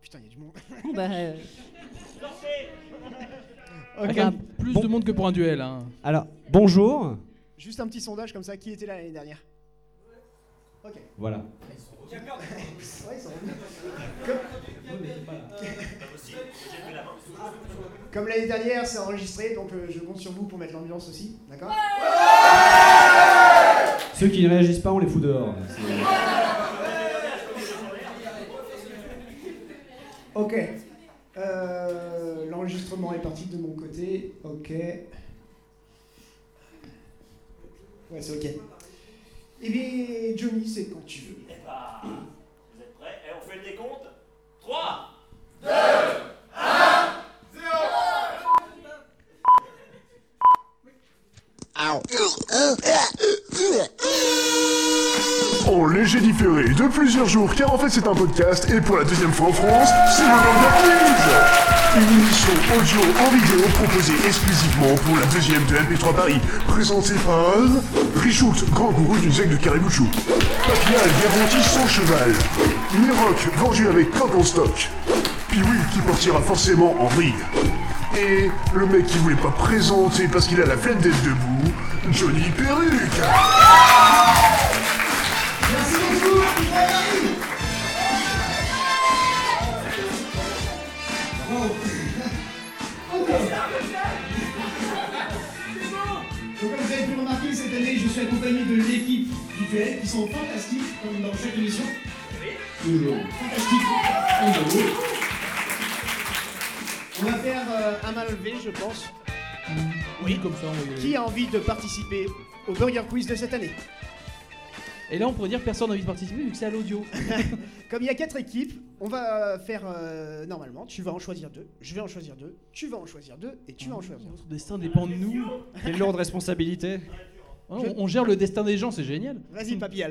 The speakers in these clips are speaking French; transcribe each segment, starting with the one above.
Putain, il y a du monde. Bah, Quand même plus de monde que pour un duel. Hein. Alors, bonjour. Juste un petit sondage comme ça, qui était là l'année dernière? Ok. Voilà. Ouais, ils sont revenus. Comme l'année dernière, c'est enregistré, donc je compte sur vous pour mettre l'ambiance aussi, d'accord? Ceux qui ne réagissent pas, on les fout dehors. Ok. L'enregistrement est parti de mon côté. Ok. Ouais, c'est ok. Eh bien, Johnny, c'est quand tu veux. Eh bah, vous êtes prêts? Et on fait le décompte? 3, 2, 1. En léger différé de plusieurs jours, car en fait c'est un podcast, et pour la deuxième fois en France, c'est le Burger Quiz. Une émission audio en vidéo proposée exclusivement pour la deuxième de MP3 Paris, présentée par Richoult, grand gourou d'une zec de caribouchou, Papial garanti sans cheval, Miroc vendu avec coq en stock, Piwi qui partira forcément en vrille, et le mec qui voulait pas présenter parce qu'il a la flemme d'être debout, Johnny Perruque. Merci beaucoup, Donc comme vous avez pu remarquer, cette année, je suis accompagné de l'équipe du duel, qui sont fantastiques, comme dans chaque émission. Toujours. Fantastiques. On va faire un main levée, je pense. Oui, comme ça. On va... Qui a envie de participer au Burger Quiz de cette année? Et là, on pourrait dire que personne n'a envie de participer vu que c'est à l'audio. Comme il y a 4 équipes, on va faire normalement, tu vas en choisir 2, je vais en choisir 2, tu vas en choisir 2 et tu vas en choisir 2. Notre destin dépend de nous. Quelle lourde responsabilité. On gère le destin des gens, c'est génial. Vas-y, Papial.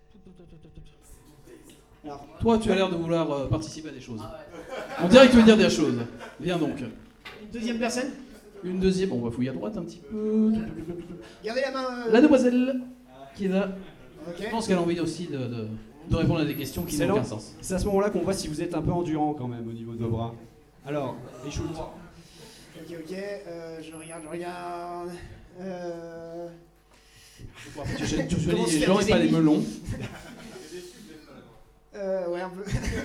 Toi, tu as l'air de vouloir participer à des choses. On dirait que tu veux dire des choses. Viens donc. Une deuxième personne? Une deuxième, on va fouiller à droite un petit peu. Gardez la main. La demoiselle qui est là. Ok. Je pense qu'elle a envie aussi de répondre à des questions qui n'ont aucun sens. C'est à ce moment-là qu'on voit si vous êtes un peu endurant quand même au niveau de vos bras. Alors, Richoult. Ok, je regarde. Tu choisis Comment se les faire gens des et pas les ennemis melons. Ouais, un peu.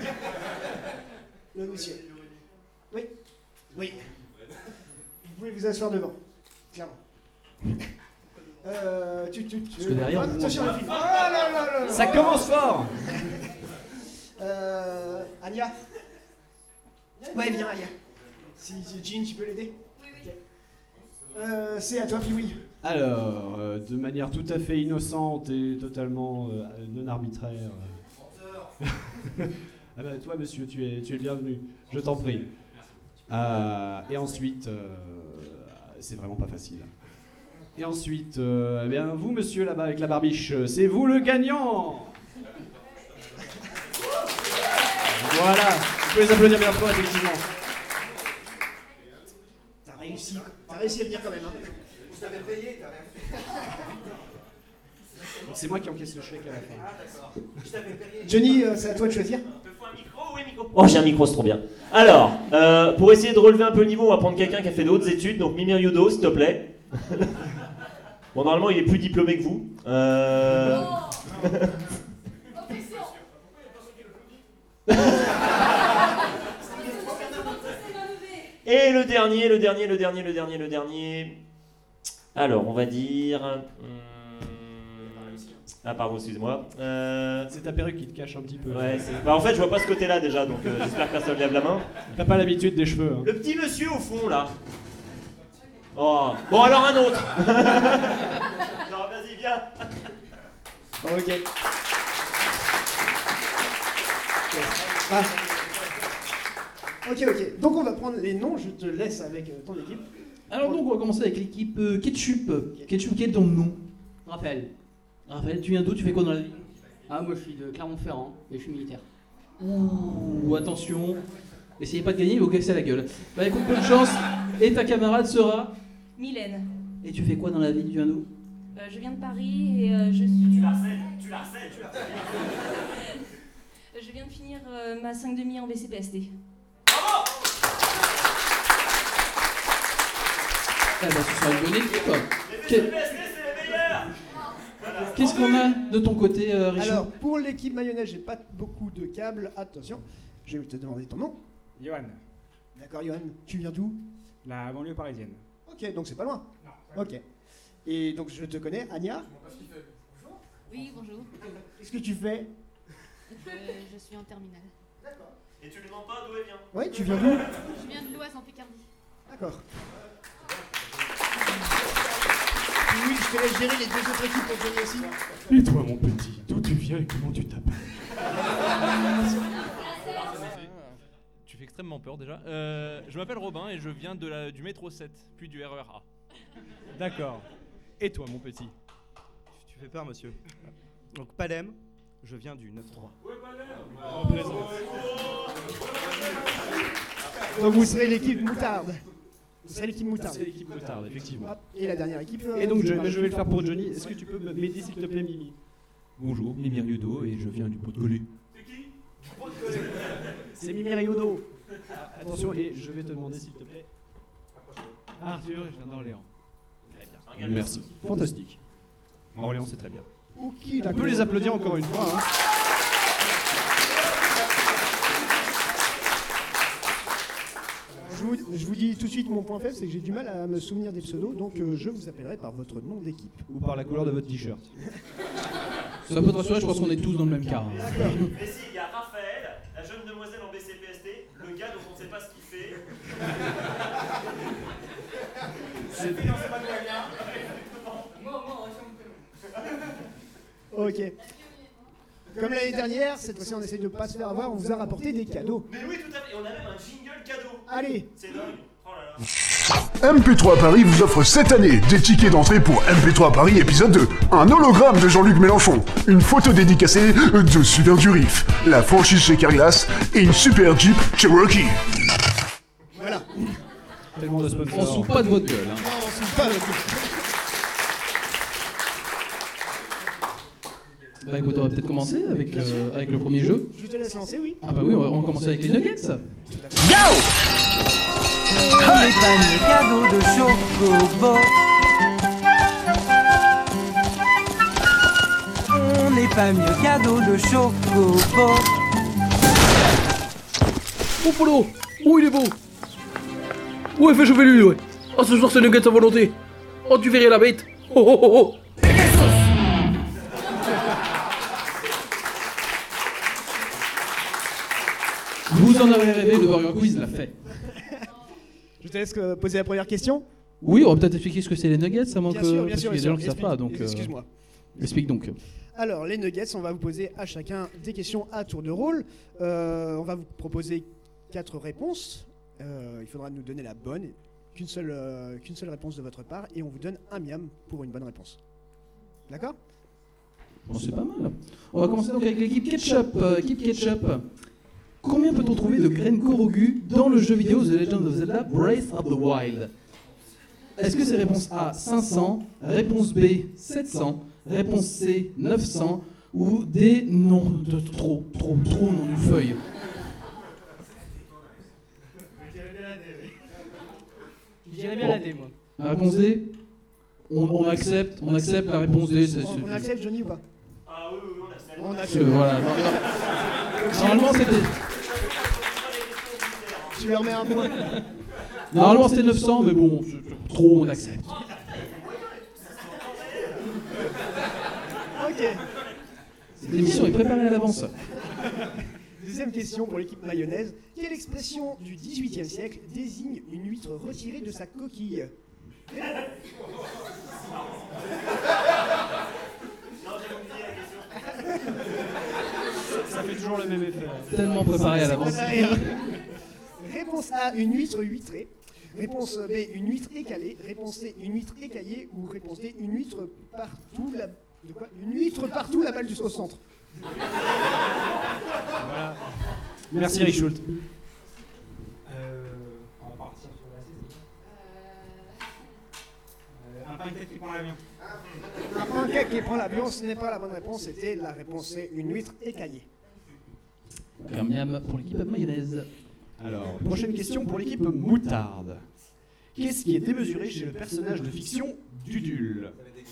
Le monsieur. Oui. Oui. Vous pouvez vous asseoir devant. Clairement. Parce que derrière, on attention, la fille. Oh là là là. Ça commence fort. Anya. Ouais, viens, Anya. Si Jean, tu peux l'aider? Oui. C'est à toi, puis oui. Alors, de manière tout à fait innocente et totalement non arbitraire. Ah bah, toi, monsieur, tu es le bienvenu. Je t'en prie. Et ensuite, c'est vraiment pas facile. Et ensuite, eh bien, vous, monsieur, là-bas, avec la barbiche, c'est vous le gagnant. Voilà. Vous pouvez les applaudir bien fort, effectivement. T'as réussi à venir quand même, hein. Je t'avais payé, t'as rien fait. C'est moi qui encaisse le chèque à la fin. Ah d'accord. Je t'avais payé. Johnny, c'est à toi de choisir. Oh, j'ai un micro, c'est trop bien. Alors, pour essayer de relever un peu le niveau, on va prendre quelqu'un qui a fait d'autres études, donc Mimir Yudo, s'il te plaît. Bon, normalement, il est plus diplômé que vous. Et le dernier. Alors, on va dire... Ah pardon, excusez-moi. C'est ta perruque qui te cache un petit peu. Ouais, en fait, je vois pas ce côté-là déjà, donc j'espère que personne lève la main. T'as pas l'habitude des cheveux. Hein. Le petit monsieur au fond, là. Oh. Bon, alors un autre. Non, vas-y, viens. Ok. Ah. Ok. Donc on va prendre les noms, je te laisse avec ton équipe. Alors donc, on va commencer avec l'équipe Ketchup. Ketchup, quel est ton nom? Raphaël. Raphaël, tu viens d'où? Tu fais quoi dans la vie? Ah, moi je suis de Clermont-Ferrand et je suis militaire. Ouh, attention. Essayez pas de gagner, il va vous casser la gueule. Bah écoute, bonne chance. Et ta camarade sera? Mylène. Et tu fais quoi dans la vie? Tu viens d'où? Je viens de Paris et je suis... Tu la recèles. Je viens de finir ma 5,5 en BCPST. Eh ben, ce sera une bonne équipe. Les BCPST, c'est les meilleurs. Qu'est-ce qu'on a de ton côté, Richard? Alors, pour l'équipe mayonnaise, j'ai pas beaucoup de câbles. Attention, je vais te demander ton nom. Johan, D'accord, Johan. Tu viens d'où? la banlieue parisienne. Ok, donc c'est pas loin. Ok. Et donc je te connais, Anya. Oui, bonjour. Qu'est-ce que tu fais? Je suis en terminale. Et tu lui demandes pas d'où elle vient. Ouais, tu viens d'où? Je viens de l'Oise en Picardie. D'accord. Oui, je te laisse gérer les deux autres équipes pour gagner aussi. Et toi, mon petit, d'où tu viens et comment tu t'appelles? Tu fais extrêmement peur déjà. Je m'appelle Robin et je viens du métro 7, puis du RER A. D'accord. Et toi, mon petit? Tu fais peur, monsieur. Donc, Palem, je viens du 9-3. Donc vous serez l'équipe moutarde. Vous serez l'équipe moutarde. C'est l'équipe moutarde, effectivement. Hop, et la dernière équipe. Et donc, je vais le faire pour Johnny. Est-ce que tu peux m'aider, s'il te plaît, Mimi? Bonjour, Mimi Riodo et je viens du Pot-de-Golais. C'est Mimi Riodo. Attention, et je vais te demander, s'il te plaît. Arthur, je viens d'Orléans. Très bien. Merci. Fantastique. Orléans, c'est très bien. Ok, On d'accord. peut les applaudir encore une fois. Hein. Je vous dis tout de suite mon point faible, c'est que j'ai du mal à me souvenir des pseudos, donc je vous appellerai par votre nom d'équipe. Ou par la couleur de votre t-shirt. Ça peut te rassurer, je pense qu'on est tous dans le même cas. hein. Mais si, il y a Raphaël, la jeune demoiselle en BCPST, le gars dont on ne sait pas ce qu'il fait. Ok. Comme l'année dernière, cette fois-ci on essaie de ne pas se faire avoir, on vous a rapporté des cadeaux. Mais oui, tout à fait, et on a même un jingle cadeau. Allez. C'est dingue. Oh là là. MP3 Paris vous offre cette année des tickets d'entrée pour MP3 Paris épisode 2, un hologramme de Jean-Luc Mélenchon, une photo dédicacée de Super du Riff, la franchise chez Carglass et une super Jeep Cherokee. Voilà. Tellement de On se sponsors. fout pas de votre gueule. hein. Non, on se fout pas de Bah écoute, on va peut-être commencer avec le premier jeu. Je te laisse lancer, oui. Ah bah oui, on va commencer avec les nuggets. Les paniers cadeaux de Chocobo. On n'est pas mieux cadeau de Chocobo. Oh Polo! Oh il est beau! Ouais fais chauffer lui ouais! Oh ce soir c'est nuggets à volonté! Oh tu verrais la bête! Oh oh oh oh! Vous en avez rêvé, le Burger Quiz l'a fait. Je te laisse poser la première question. Oui, on va peut-être expliquer ce que c'est les nuggets, à moins Bien que... sûr, bien parce sûr, qu'il y a des gens qui ne savent pas, donc... Excuse-moi. Explique donc. Alors, les nuggets, on va vous poser à chacun des questions à tour de rôle. On va vous proposer 4 réponses. Il faudra nous donner la bonne, qu'une seule réponse de votre part, et on vous donne un miam pour une bonne réponse. D'accord? Bon, c'est pas mal. On va commencer donc avec l'équipe Ketchup. Équipe Ketchup. Combien peut-on trouver de graines Korogu dans le jeu vidéo The Legend of Zelda Breath of the Wild? Est-ce que c'est réponse A 500, réponse B 700, réponse C 900 ou D non de trop non d'une feuille? Je dirais bien la D, moi. La réponse D, on accepte la réponse D. On accepte Johnny ou pas? Ah oui, oui, on accepte. On accepte. Voilà. Normalement c'était. Tu leur mets un point. Normalement c'était 900, mais bon, trop on accepte. Ok. Cette émission est préparée à l'avance. Deuxième question pour l'équipe mayonnaise. Quelle expression du XVIIIe siècle désigne une huître retirée de sa coquille? Ça fait toujours le même effet. Tellement préparé à l'avance. Réponse A, une huître huîtrée. Réponse B, une huître écalée. Réponse C, une huître écaillée. Ou réponse D, une huître partout la... De quoi? Une huître partout, la balle jusqu'au centre. Voilà. Merci Richult. On va partir sur la saison. Un pancake qui prend l'avion. Un pancake qui prend l'avion, ce n'est pas la bonne réponse, c'était la réponse C, une huître écaillée. Un miam pour l'équipe mayonnaise. Alors, prochaine question pour l'équipe moutarde. Qu'est-ce qui est démesuré chez le personnage de fiction Dudule?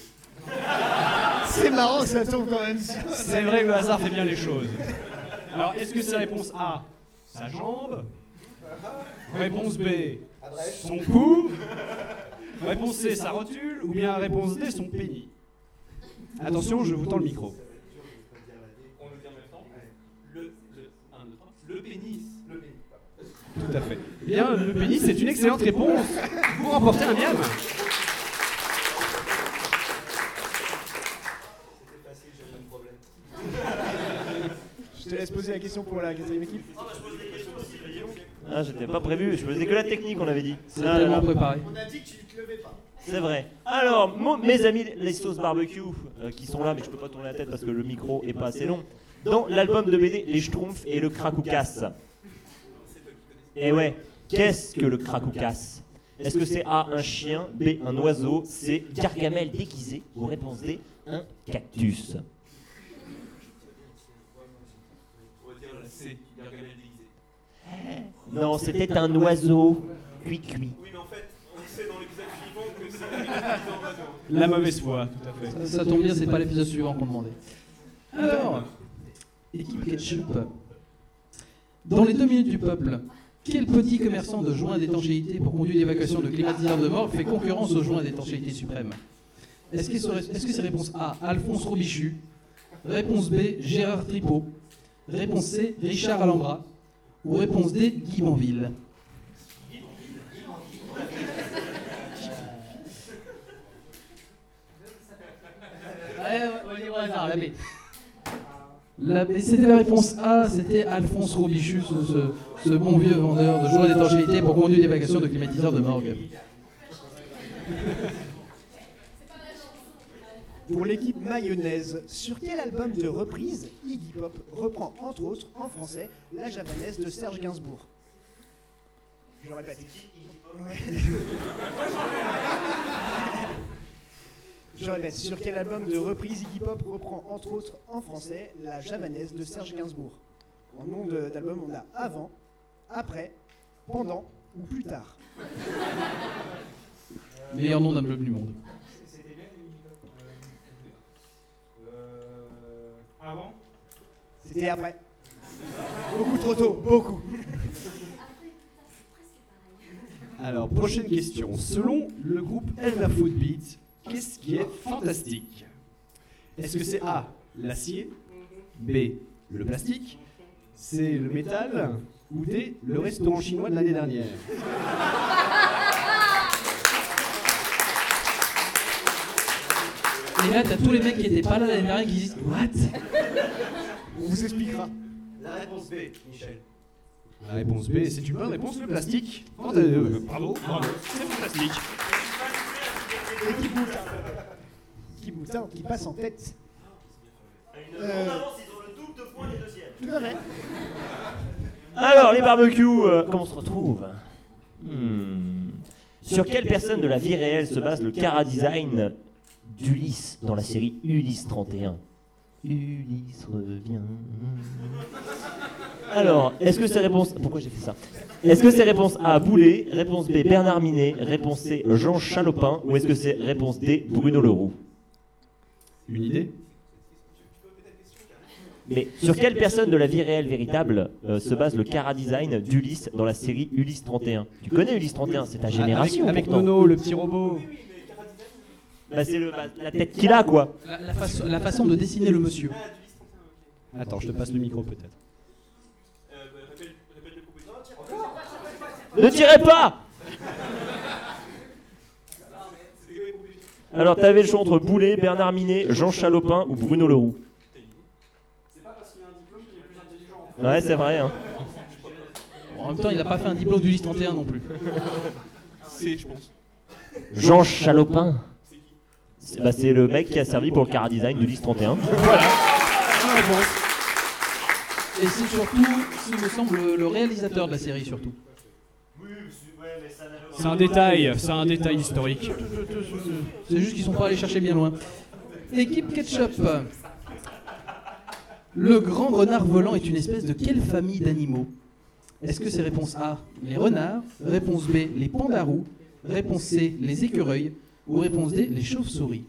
C'est marrant que ça tombe quand même. C'est vrai que le hasard fait bien les choses. Alors, est-ce que c'est réponse A, sa jambe? Réponse B, son cou? Réponse C, sa rotule? Ou bien réponse D, son pénis? Attention, je vous tends le micro. On le dit en même temps. Le pénis. Tout à fait. Eh bien, le pénis, c'est une excellente réponse. Vous remportez un miam. Je te laisse poser la question pour la 4e équipe. Ah, j'étais pas prévu, je faisais que la technique, on avait dit. C'est tellement préparé. On a dit que tu ne te levais pas. C'est vrai. Alors, mes amis les sauces barbecue qui sont là, mais je peux pas tourner la tête parce que le micro est pas assez long. Dans l'album de BD Les Schtroumpfs et le Krakoukas. Et ouais, qu'est-ce que le Krakoukas? Est-ce que c'est A, un chien, B, un oiseau, C, Gargamel déguisé, ou réponse D, un cactus? On va dire la C, Gargamel déguisé. Non, c'était un oiseau cuit-cuit. Oui, mais en fait, on sait dans l'épisode suivant que c'est un oiseau. La mauvaise foi, tout à fait. Ça tombe bien, c'est pas l'épisode suivant qu'on demandait. Alors, équipe ketchup. Dans les 2 minutes du peuple, quel petit commerçant de joints d'étanchéité pour conduire l'évacuation de climatiseurs de morgue fait concurrence aux joints d'étanchéité suprême? Est-ce que c'est réponse A, Alphonse Robichu? Réponse B, Gérard Tripot? Réponse C, Richard Alhambra? Ou réponse D, Guy Banville? On va dire au hasard, la B. C'était la réponse A, c'était Alphonse Robichu, ce bon vieux vendeur de joints d'étanchéité pour conduire l'évacuation de climatiseurs de morgue. Pour l'équipe mayonnaise, sur quel album de reprise Iggy Pop reprend entre autres en français La Javanaise de Serge Gainsbourg? Je le répète. Ouais. Je répète, sur quel album de reprise Iggy Pop reprend entre autres en français La Javanaise de Serge Gainsbourg? En nom d'album, on a avant, après, pendant ou plus tard. Meilleur nom d'un club du monde. Avant? C'était après. Beaucoup trop tôt, beaucoup. Alors, prochaine question. Selon le groupe Elmer Footbeat, qu'est-ce qui est fantastique? Est-ce que c'est A, l'acier, B, le plastique, C, le métal, ou D, le restaurant chinois de l'année dernière? Et là, t'as tous les mecs qui étaient pas là l'année dernière qui disent What? On vous expliquera. La réponse B, Michel. La réponse B, c'est une bonne réponse, le plastique. Bravo, c'est fantastique. L'équipe moutarde qui passe en tête. Ils ont le double de points des deuxièmes. Tout à fait. Alors, les barbecues, comment on se retrouve? Sur quelle personne de la vie réelle se base le chara-design d'Ulysse dans la série Ulysse 31? Ulysse revient. Alors, est-ce que c'est réponse... Pourquoi j'ai fait ça? Est-ce que c'est réponse A, Boulet, réponse B, Bernard Minet, réponse C, Jean Chalopin, ou est-ce que c'est réponse D, Bruno Leroux? Une idée? Mais sur quelle personne de la vie réelle véritable se base le chara-design d'Ulysse dans la série Ulysse 31? Tu connais Ulysse 31, c'est ta génération. Avec pourtant. Nono, le petit robot. Bah, c'est la tête qu'il a, quoi. La façon de dessiner le monsieur. Attends, je te passe le micro peut-être. Ne tirez pas! Alors, t'avais le choix entre Boulet, Bernard Minet, Jean Chalopin ou Bruno Leroux. Ouais, c'est vrai. Hein. Bon, en même temps, il n'a pas fait un diplôme d'Ulysse 31 non plus. C, je pense. Jean Chalopin. C'est le mec qui a servi pour le chara-design d'Ulysse 31. Voilà. Et c'est surtout, il me semble, le réalisateur de la série surtout. C'est un détail historique. C'est juste qu'ils sont pas allés chercher bien loin. Équipe ketchup. Le grand renard volant est une espèce de quelle famille d'animaux? Est-ce que c'est réponse A, les renards, réponse B, les pandarous, réponse C, les écureuils, ou réponse D, les chauves-souris?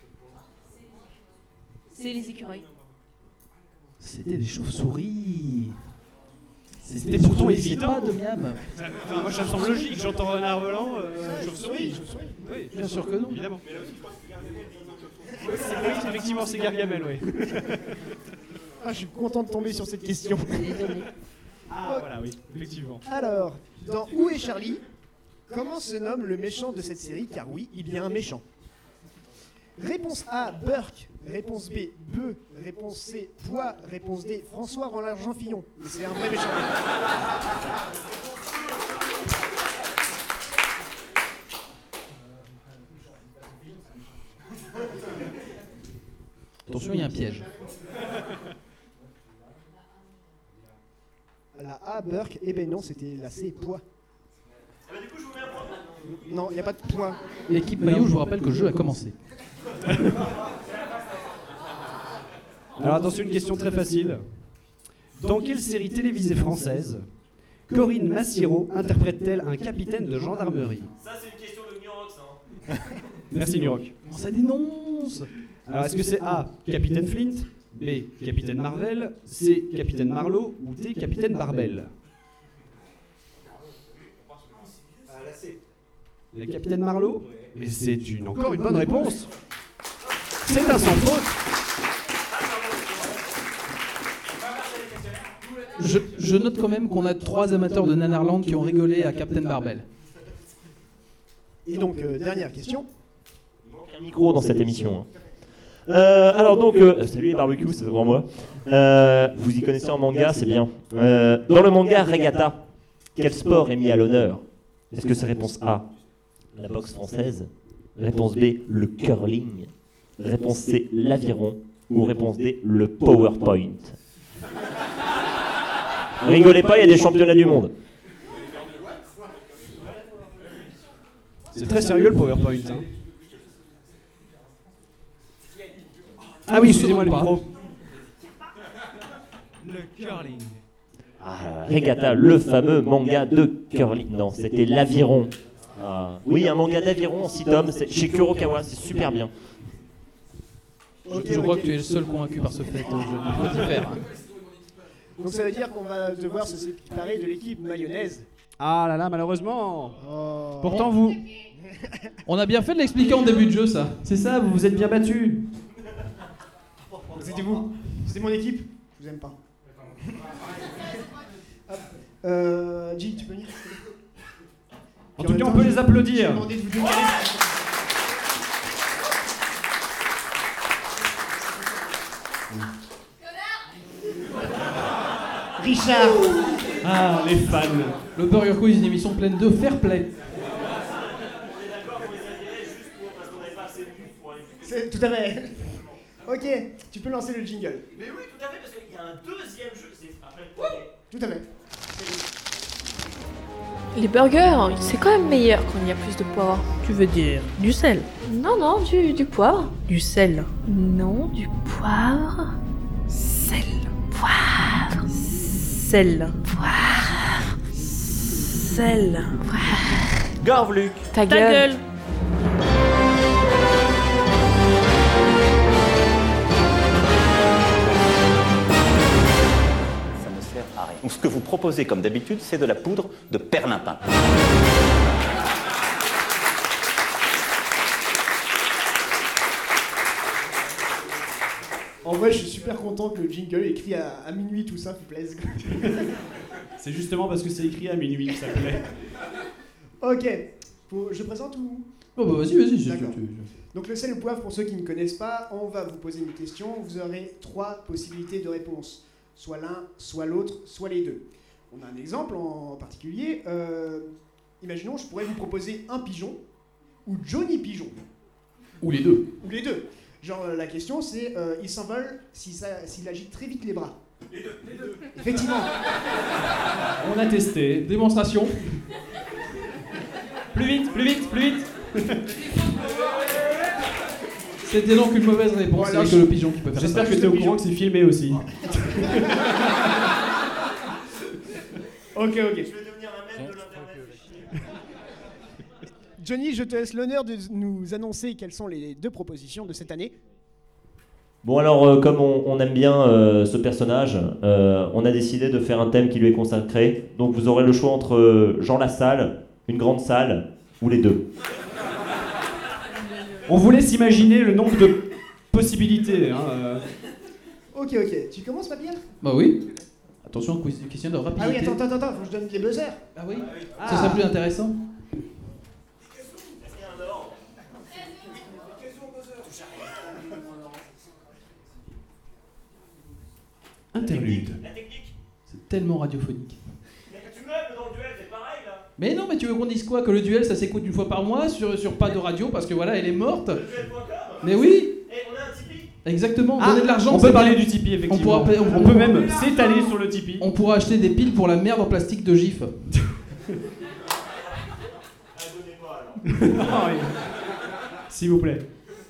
C'est les écureuils. C'était des chauves-souris. C'était pourtant évident. Pas de miam. Enfin, moi, ça me semble logique. J'entends renard volant, chauve-souris. Oui, bien sûr que non. Évidemment. Oui, effectivement, c'est Gargamel, oui. Ah, je suis content de tomber sur cette question. Ah, voilà, oui, effectivement. Alors, dans Où est Charlie, comment se nomme le méchant de cette série? Car oui, il y a un méchant. Réponse A, Burke. Réponse B, Bœuf. Réponse C, Pois. Réponse D, François Rollin-Jean Fillon. Mais c'est un vrai méchant. Attention, il y a un piège. La A, Burke. Eh ben non, c'était la C, Pois. Du coup, je vous mets un point maintenant. Non, il n'y a pas de point. L'équipe maillot, je vous rappelle que le jeu a commencé. Alors attention, une question très facile. Dans quelle série télévisée française Corinne Massiero interprète-t-elle un capitaine de gendarmerie? Ça, c'est une question de Nurox. Hein. Merci Nurox. Ça dénonce. Alors est-ce que c'est A, Capitaine Flint, B, Capitaine Marvel, C, Capitaine Marlowe ou D, Capitaine Barbel? Le Capitaine Marlowe? Mais c'est encore une bonne réponse. C'est un sans faute. Je note quand même qu'on a 3 amateurs de Nanarland qui ont rigolé à Captain Barbel. Et donc, dernière question. Il manque un micro dans cette émission. Hein. Alors donc, salut les barbecues, c'est devant moi. Vous y connaissez en manga, c'est bien. Dans le manga Regatta, quel sport est mis à l'honneur? Est-ce que c'est réponse A, la boxe française? Réponse B, le curling? Réponse C, l'aviron? Ou réponse D, le PowerPoint? Rigolez pas, il y a des championnats du monde. C'est très sérieux le PowerPoint. Hein. Ah oui, excusez-moi le micro. Le curling. Ah, Regatta, le fameux manga de curling. Non, c'était l'aviron. Ah, oui, un manga d'aviron en 6 tomes, c'est chez Kurokawa, c'est super bien. Je crois que tu es le seul convaincu par ce fait. Je ne peux pas faire. Donc ça veut dire qu'on va devoir se séparer de l'équipe mayonnaise. Ah là là, malheureusement. Pourtant vous... On a bien fait de l'expliquer en début de jeu, ça. C'est ça, vous vous êtes bien battus. C'était vous. C'était mon équipe. Je vous aime pas. G, tu peux venir? En tout cas, on peut les applaudir. Richard. Ah, les fans. Le Burger Quiz est une émission pleine de fair play. C'est tout à fait. Ok, tu peux lancer le jingle. Mais oui, tout à fait, parce qu'il y a un deuxième jeu. C'est après le premier. Tout à fait. Les burgers, c'est quand même meilleur quand il y a plus de poivre. Tu veux dire du sel? Non, non, du poivre. Du sel? Non, du poivre. Sel. Poivre. Sel. Poivre. Sel. Poivre. Gorvluc. Ta gueule. Ça ne sert à rien. Donc ce que vous proposez comme d'habitude, c'est de la poudre de perlimpin. En vrai, je suis super content que le jingle écrit à minuit, tout ça, vous plaise. C'est justement parce que c'est écrit à minuit que ça plaît. Ok, je présente ou... Oh bah vas-y. D'accord. Donc le sel et le poivre, pour ceux qui ne connaissent pas, on va vous poser une question. Vous aurez 3 possibilités de réponse. Soit l'un, soit l'autre, soit les deux. On a un exemple en particulier. Imaginons, je pourrais vous proposer un pigeon ou Johnny Pigeon. Ou les deux. Ou les deux. Genre la question c'est, il s'envole s'il agite très vite les bras. Les deux. Effectivement. On a testé. Démonstration. Plus vite. C'était donc une mauvaise réponse, Voilà, c'est que le pigeon qui peut faire ça. J'espère que tu es au courant que c'est filmé aussi. Ok. Je vais devenir un maître de l'internet. Johnny, je te laisse l'honneur de nous annoncer quelles sont les 2 propositions de cette année. Bon alors, comme on aime bien ce personnage, on a décidé de faire un thème qui lui est consacré. Donc vous aurez le choix entre Jean Lassalle, une grande salle, ou les deux. On vous laisse imaginer le nombre de possibilités. Hein. Ok. Tu commences, Fabien? Bah oui. Attention, question de rapidité. Ah oui, attends, faut que je donne les buzzers. Ah oui. Ça serait plus intéressant. Interlude. C'est tellement radiophonique. Tu meubles dans le duel, c'est pareil là. Mais non, mais tu veux qu'on dise quoi? Que le duel, ça s'écoute une fois par mois sur pas de radio parce que voilà, elle est morte. Mais oui. Et on a un Tipeee. Exactement, donner de l'argent. On peut parler du Tipeee, effectivement. On peut même s'étaler sur le Tipeee. On pourra acheter des piles pour la merde en plastique de GIF. Ah oui. S'il vous plaît.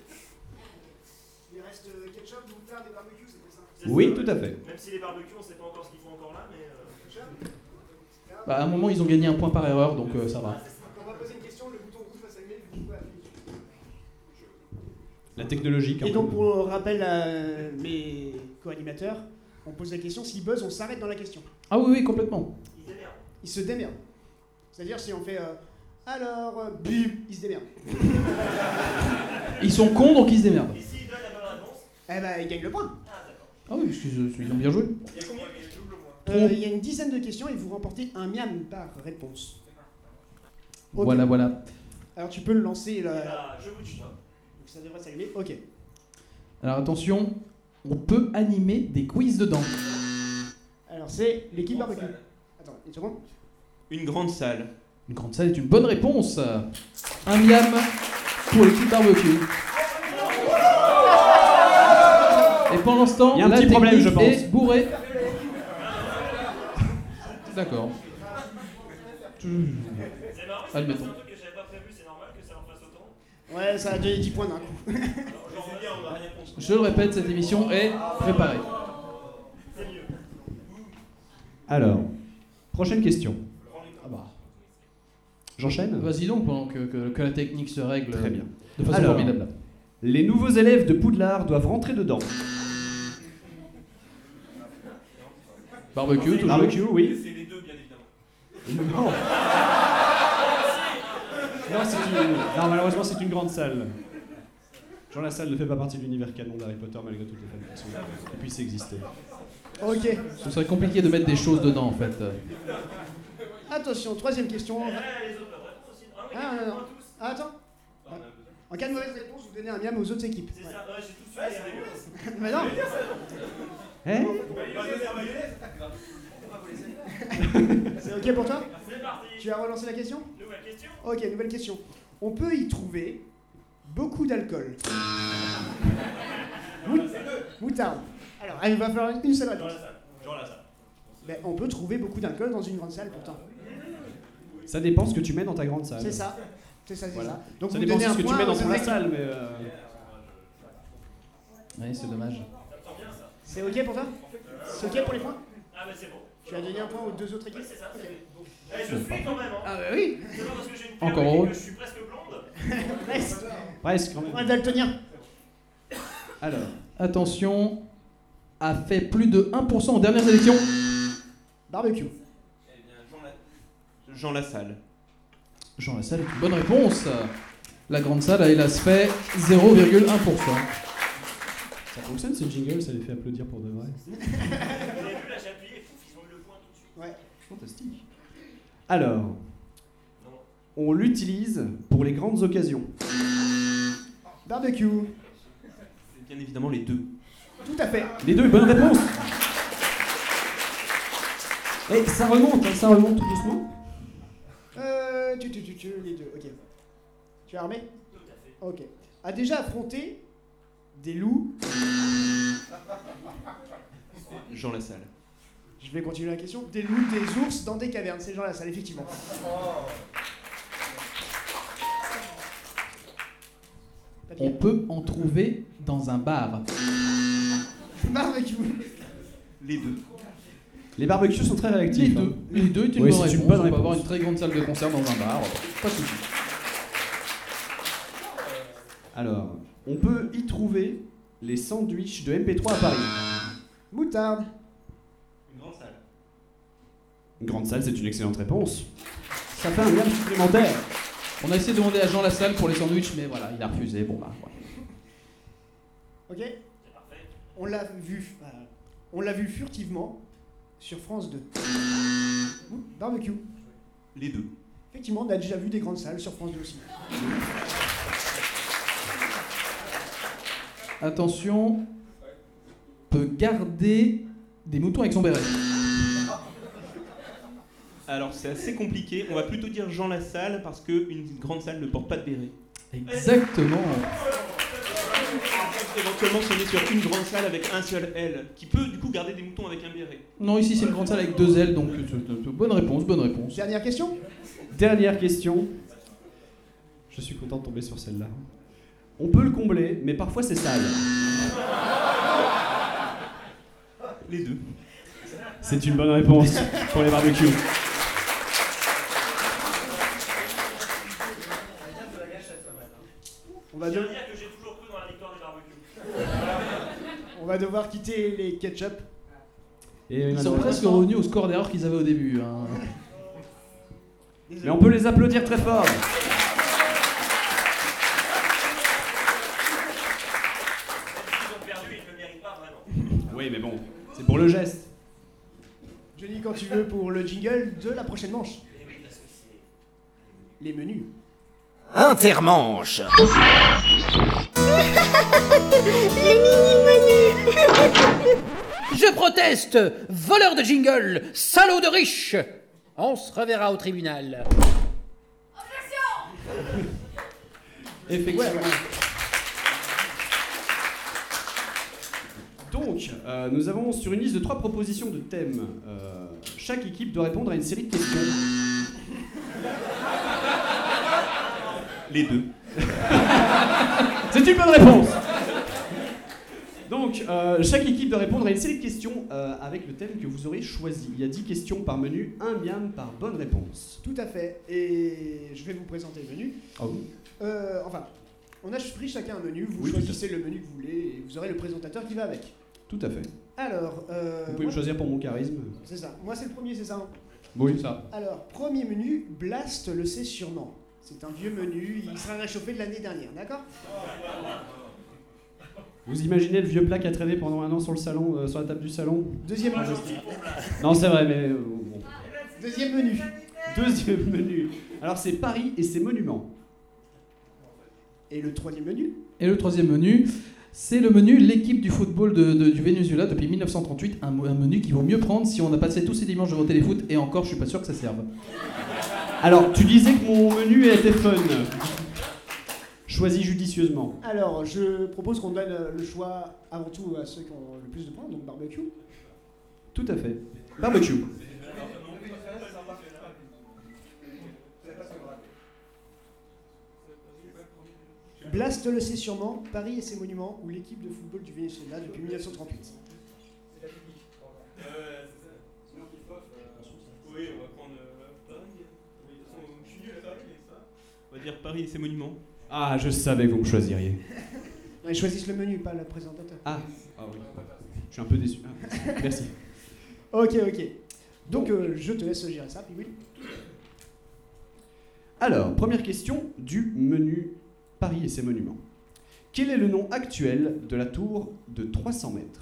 Il reste ketchup, moutarde et barbecue, c'est pour ça. Oui, tout à fait. Même si les barbecues, on sait pas encore ce qu'ils font encore là, mais... Bah, à un moment, ils ont gagné un point par erreur, donc ça va. On va poser une question, le bouton rouge va s'allumer, vous pouvez appuyer dessus. La technologie, quand Et même. donc, pour rappel à mes co-animateurs, on pose la question, s'ils buzzent, on s'arrête dans la question. Ah oui, complètement. Ils se démerdent. C'est-à-dire, si on fait bim, ils se démerdent. Ils sont cons, donc ils se démerdent. Et s'ils donnent la bonne réponse? Eh ben, ils gagnent le point. Ah oui, parce qu'ils ont bien joué. Il y a combien de double point? Il y a une dizaine de questions et vous remportez un miam par réponse. Ok. Voilà. Alors, tu peux le lancer là. Ah, je vous dis ça. Donc, ça devrait s'allumer. Ok. Alors attention, on peut animer des quiz dedans. Alors, c'est l'équipe barbecue. Attends, une seconde. Une grande salle. Une grande salle est une bonne réponse. Un miam pour l'équipe barbecue. Et pendant ce temps, Il y a un la petit problème, technique je pense. est bourrée. D'accord. C'est marrant, c'est Admettons. un truc que j'avais pas prévu, c'est normal que ça en fasse autant. Ouais, ça a donné 10 points d'un coup. J'en reviens, on va rien contre. Je le répète, cette émission est préparée. C'est mieux. Alors, prochaine question. Ah bah. J'enchaîne? Vas-y donc, pendant que la technique se règle. Très bien. De façon Alors, formidable. les nouveaux élèves de Poudlard doivent rentrer dedans. Barbecue, toujours. Barbecue, oui. C'est les deux, bien évidemment. Non. Non, malheureusement, c'est une grande salle. Jean Lassalle ne fait pas partie de l'univers canon d'Harry Potter malgré toutes les fanfictions qui puissent exister. Ok. Ce serait compliqué de mettre des choses dedans en fait. Attention, troisième question. Ah, non. Ah, attends. En cas de mauvaise réponse, vous donnez un miam aux autres équipes. C'est ça, ouais, j'ai tout su. Mais non. Hein? C'est ok pour toi? C'est parti. Tu as relancé la question? Nouvelle question. Ok, nouvelle question. On peut y trouver beaucoup d'alcool. Moutarde. Alors, il va falloir une seule réponse. Jean Lassalle. Mais on peut trouver beaucoup d'alcool dans une grande salle pourtant. Ça dépend ce que tu mets dans ta grande salle. C'est ça. C'est ça, c'est Voilà. ça. Donc Ça vous dépend donnez de un ce que tu point mets dans aux ton autres salle, équipes. mais. Oui, c'est dommage. C'est ok pour toi? C'est ok pour les points? Ah bah c'est bon. Tu as donné un point aux deux autres équipes? C'est ça, c'est bon. Eh, je suis quand même. Hein. Ah bah oui. C'est pas parce que j'ai une Encore perruque et heureux. que je suis presque blonde. Presque. Presque quand même. On est daltonien. Alors. Attention, a fait plus de 1% en dernière élection. Barbecue. Eh bien, Jean Lassalle. Jean Lassalle est une bonne réponse. La grande salle a hélas fait 0,1%. Ça fonctionne ce jingle, ça les fait applaudir pour de vrai. Vous avez vu là, j'ai appuyé, pouf, ils ont eu le point tout de suite. Ouais. Fantastique. Alors, on l'utilise pour les grandes occasions. Barbecue. C'est bien évidemment les deux. Tout à fait. Les deux, bonne réponse. Et ça remonte tout doucement. Les deux, ok. Tu es armé? Ok. A déjà affronté des loups? Jean Lassalle. Je vais continuer la question. Des loups, des ours dans des cavernes. C'est Jean Lassalle, effectivement. On peut en trouver dans un bar. Barbecue. Les deux. Les barbecues sont très réactifs. Les deux. hein. Les deux est une Oui, bonne c'est réponse. une bonne On peut réponse. avoir une très grande salle de concert dans un bar. Pas de souci. Alors, on peut y trouver les sandwichs de MP3 à Paris. Moutarde. Une grande salle. Une grande salle, c'est une excellente réponse. Ça fait un lien supplémentaire. On a essayé de demander à Jean Lassalle pour les sandwichs, mais voilà, il a refusé. Bon bah. Voilà. Ok. On l'a vu furtivement sur France 2. Barbecue. Les deux. Effectivement, on a déjà vu des grandes salles sur France 2 aussi. Attention, peut garder des moutons avec son béret. Alors c'est assez compliqué, on va plutôt dire Jean Lassalle parce qu'une grande salle ne porte pas de béret. Exactement. Éventuellement si on est sur une grande salle avec un seul L, qui peut du coup garder des moutons avec un béret. Non, ici c'est une grande salle avec 2 ailes, donc bonne réponse, bonne réponse. Dernière question. Dernière question. Je suis content de tomber sur celle-là. On peut le combler, mais parfois c'est sale. Les deux. C'est une bonne réponse pour les barbecues. On va, on va devoir quitter les ketchup. Et Ils sont presque revenus au score d'erreur qu'ils avaient au début. Hein. Mais on peut les applaudir très fort. Oui, mais bon, c'est pour le geste. Johnny, quand tu veux, pour le jingle de la prochaine manche. Les menus. Intermanche. Les mini-menus. Je proteste, voleur de jingle, salaud de riche. On se reverra au tribunal. Effectivement. Ouais. Donc, nous avons sur une liste de 3 propositions de thèmes. Chaque équipe doit répondre à une série de questions. Les deux. C'est une bonne réponse. Donc, chaque équipe doit répondre à une série de questions avec le thème que vous aurez choisi. Il y a 10 questions par menu, 1 miam par bonne réponse. Tout à fait. Et je vais vous présenter le menu. Ah oui. Enfin, on a pris chacun un menu. Vous Oui, choisissez le menu que vous voulez et vous aurez le présentateur qui va avec. Tout à fait. Alors, Vous pouvez me choisir pour mon charisme. C'est ça. Moi, c'est le premier, c'est ça. Hein. Oui, ça. Alors, premier menu, Blast le sait sûrement. C'est un vieux menu, il sera réchauffé de l'année dernière, d'accord? Vous imaginez le vieux plat qui a traîné pendant 1 an sur le salon, sur la table du salon? Deuxième menu. Non, c'est vrai, mais bon. Deuxième menu. Deuxième menu. Alors, c'est Paris et ses monuments. Et le troisième menu? Et le troisième menu, c'est le menu l'équipe du football du Venezuela depuis 1938. Un menu qui vaut mieux prendre si on a passé tous ces dimanches devant Téléfoot, et encore, je suis pas sûr que ça serve. Alors, tu disais que mon menu était fun. Choisis judicieusement. Alors, je propose qu'on donne le choix avant tout à ceux qui ont le plus de points, donc barbecue. Tout à fait. Barbecue. Blast le sait sûrement, Paris et ses monuments, ou l'équipe de football du Venezuela depuis 1938. Oui, on va prendre Paris. Je suis nul à Paris, mais ça. On va dire Paris et ses monuments. Ah, je savais que vous me choisiriez. Non, ils choisissent le menu, pas le présentateur. Ah oui. Je suis un peu déçu. Ah, merci. Ok. Donc, je te laisse gérer ça, puis oui. Alors, première question du menu Paris et ses monuments. Quel est le nom actuel de la tour de 300 mètres?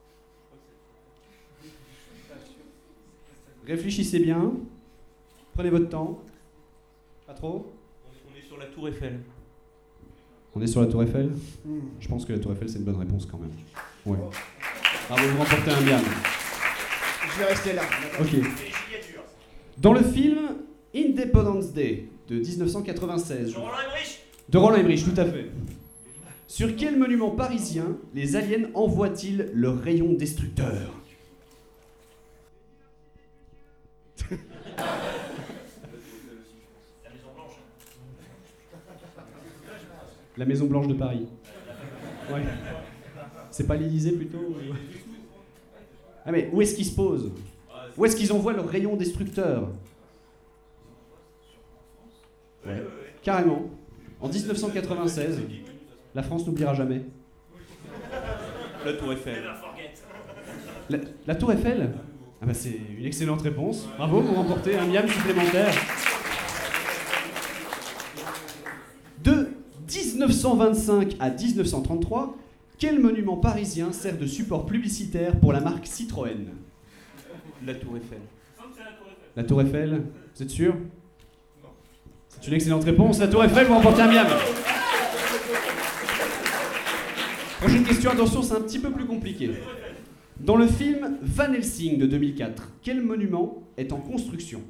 Réfléchissez bien. Prenez votre temps. Pas trop? On est sur la tour Eiffel. On est sur la tour Eiffel? Je pense que la tour Eiffel, c'est une bonne réponse quand même. Ouais. Bravo, vous remportez un bien. Je vais rester là. Ok. Dans le film Independence Day de 1996. De Roland Emmerich, tout à fait. Sur quel monument parisien les aliens envoient-ils leur rayon destructeur? La Maison Blanche de Paris. Ouais. C'est pas l'Élysée plutôt? Ah mais où est-ce qu'ils se posent? Où est-ce qu'ils envoient leurs rayons destructeurs? Ouais, carrément. En 1996, la France n'oubliera jamais. La Tour Eiffel. La Tour Eiffel? Ah bah c'est une excellente réponse. Bravo, vous remportez un miam supplémentaire. De 1925 à 1933, quel monument parisien sert de support publicitaire pour la marque Citroën? La Tour Eiffel. La Tour Eiffel, vous êtes sûr? C'est une excellente réponse. La Tour Eiffel, vous remportez un miam. Prochaine question, attention, c'est un petit peu plus compliqué. Dans le film Van Helsing de 2004, quel monument est en construction?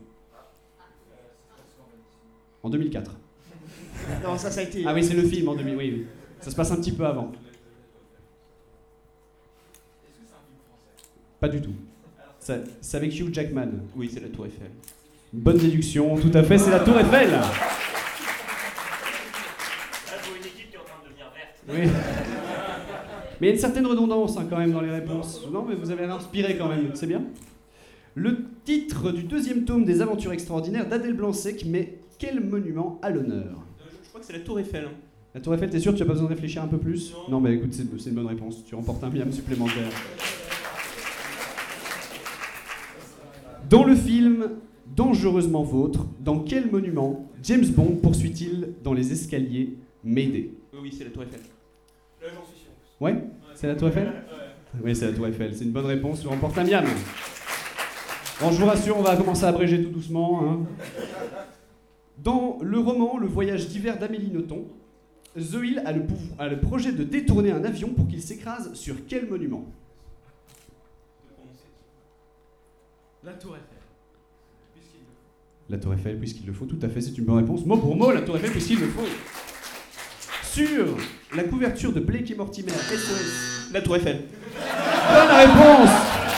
En 2004. Non, ça a été... Ah oui, c'est le film en 2000, oui. Ça se passe un petit peu avant. Pas du tout. C'est avec Hugh Jackman. Oui, c'est la Tour Eiffel. Une bonne déduction, tout à fait, c'est la Tour Eiffel. Là, je vois une équipe qui est en train de devenir verte. Oui. Mais il y a une certaine redondance quand même dans les réponses. Non, mais vous avez l'air inspiré quand même, c'est bien. Le titre du 2e tome des Aventures extraordinaires d'Adèle Blanc-Sec met quel monument à l'honneur? Je crois que c'est la Tour Eiffel. La Tour Eiffel, t'es sûr? Tu n'as pas besoin de réfléchir un peu plus? Non, mais écoute, c'est une bonne réponse. Tu remportes un miam supplémentaire. Dans le film Dangereusement Vôtre, dans quel monument James Bond poursuit-il dans les escaliers Mayday? Oui, c'est la Tour Eiffel. Là, j'en suis sûr. Ouais? C'est la Tour Eiffel? Oui, c'est la Tour Eiffel. C'est une bonne réponse. Tu remportes un miam. Bon, je vous rassure, on va commencer à abréger tout doucement. Hein. Dans le roman Le Voyage d'hiver d'Amélie Nothomb, Zoïl a le projet de détourner un avion pour qu'il s'écrase sur quel monument? La Tour Eiffel. La Tour Eiffel, puisqu'il le faut, tout à fait, c'est une bonne réponse. Mot pour mot, la Tour Eiffel, puisqu'il le faut. Sur la couverture de Blake et Mortimer, SOS. La Tour Eiffel. Bonne réponse.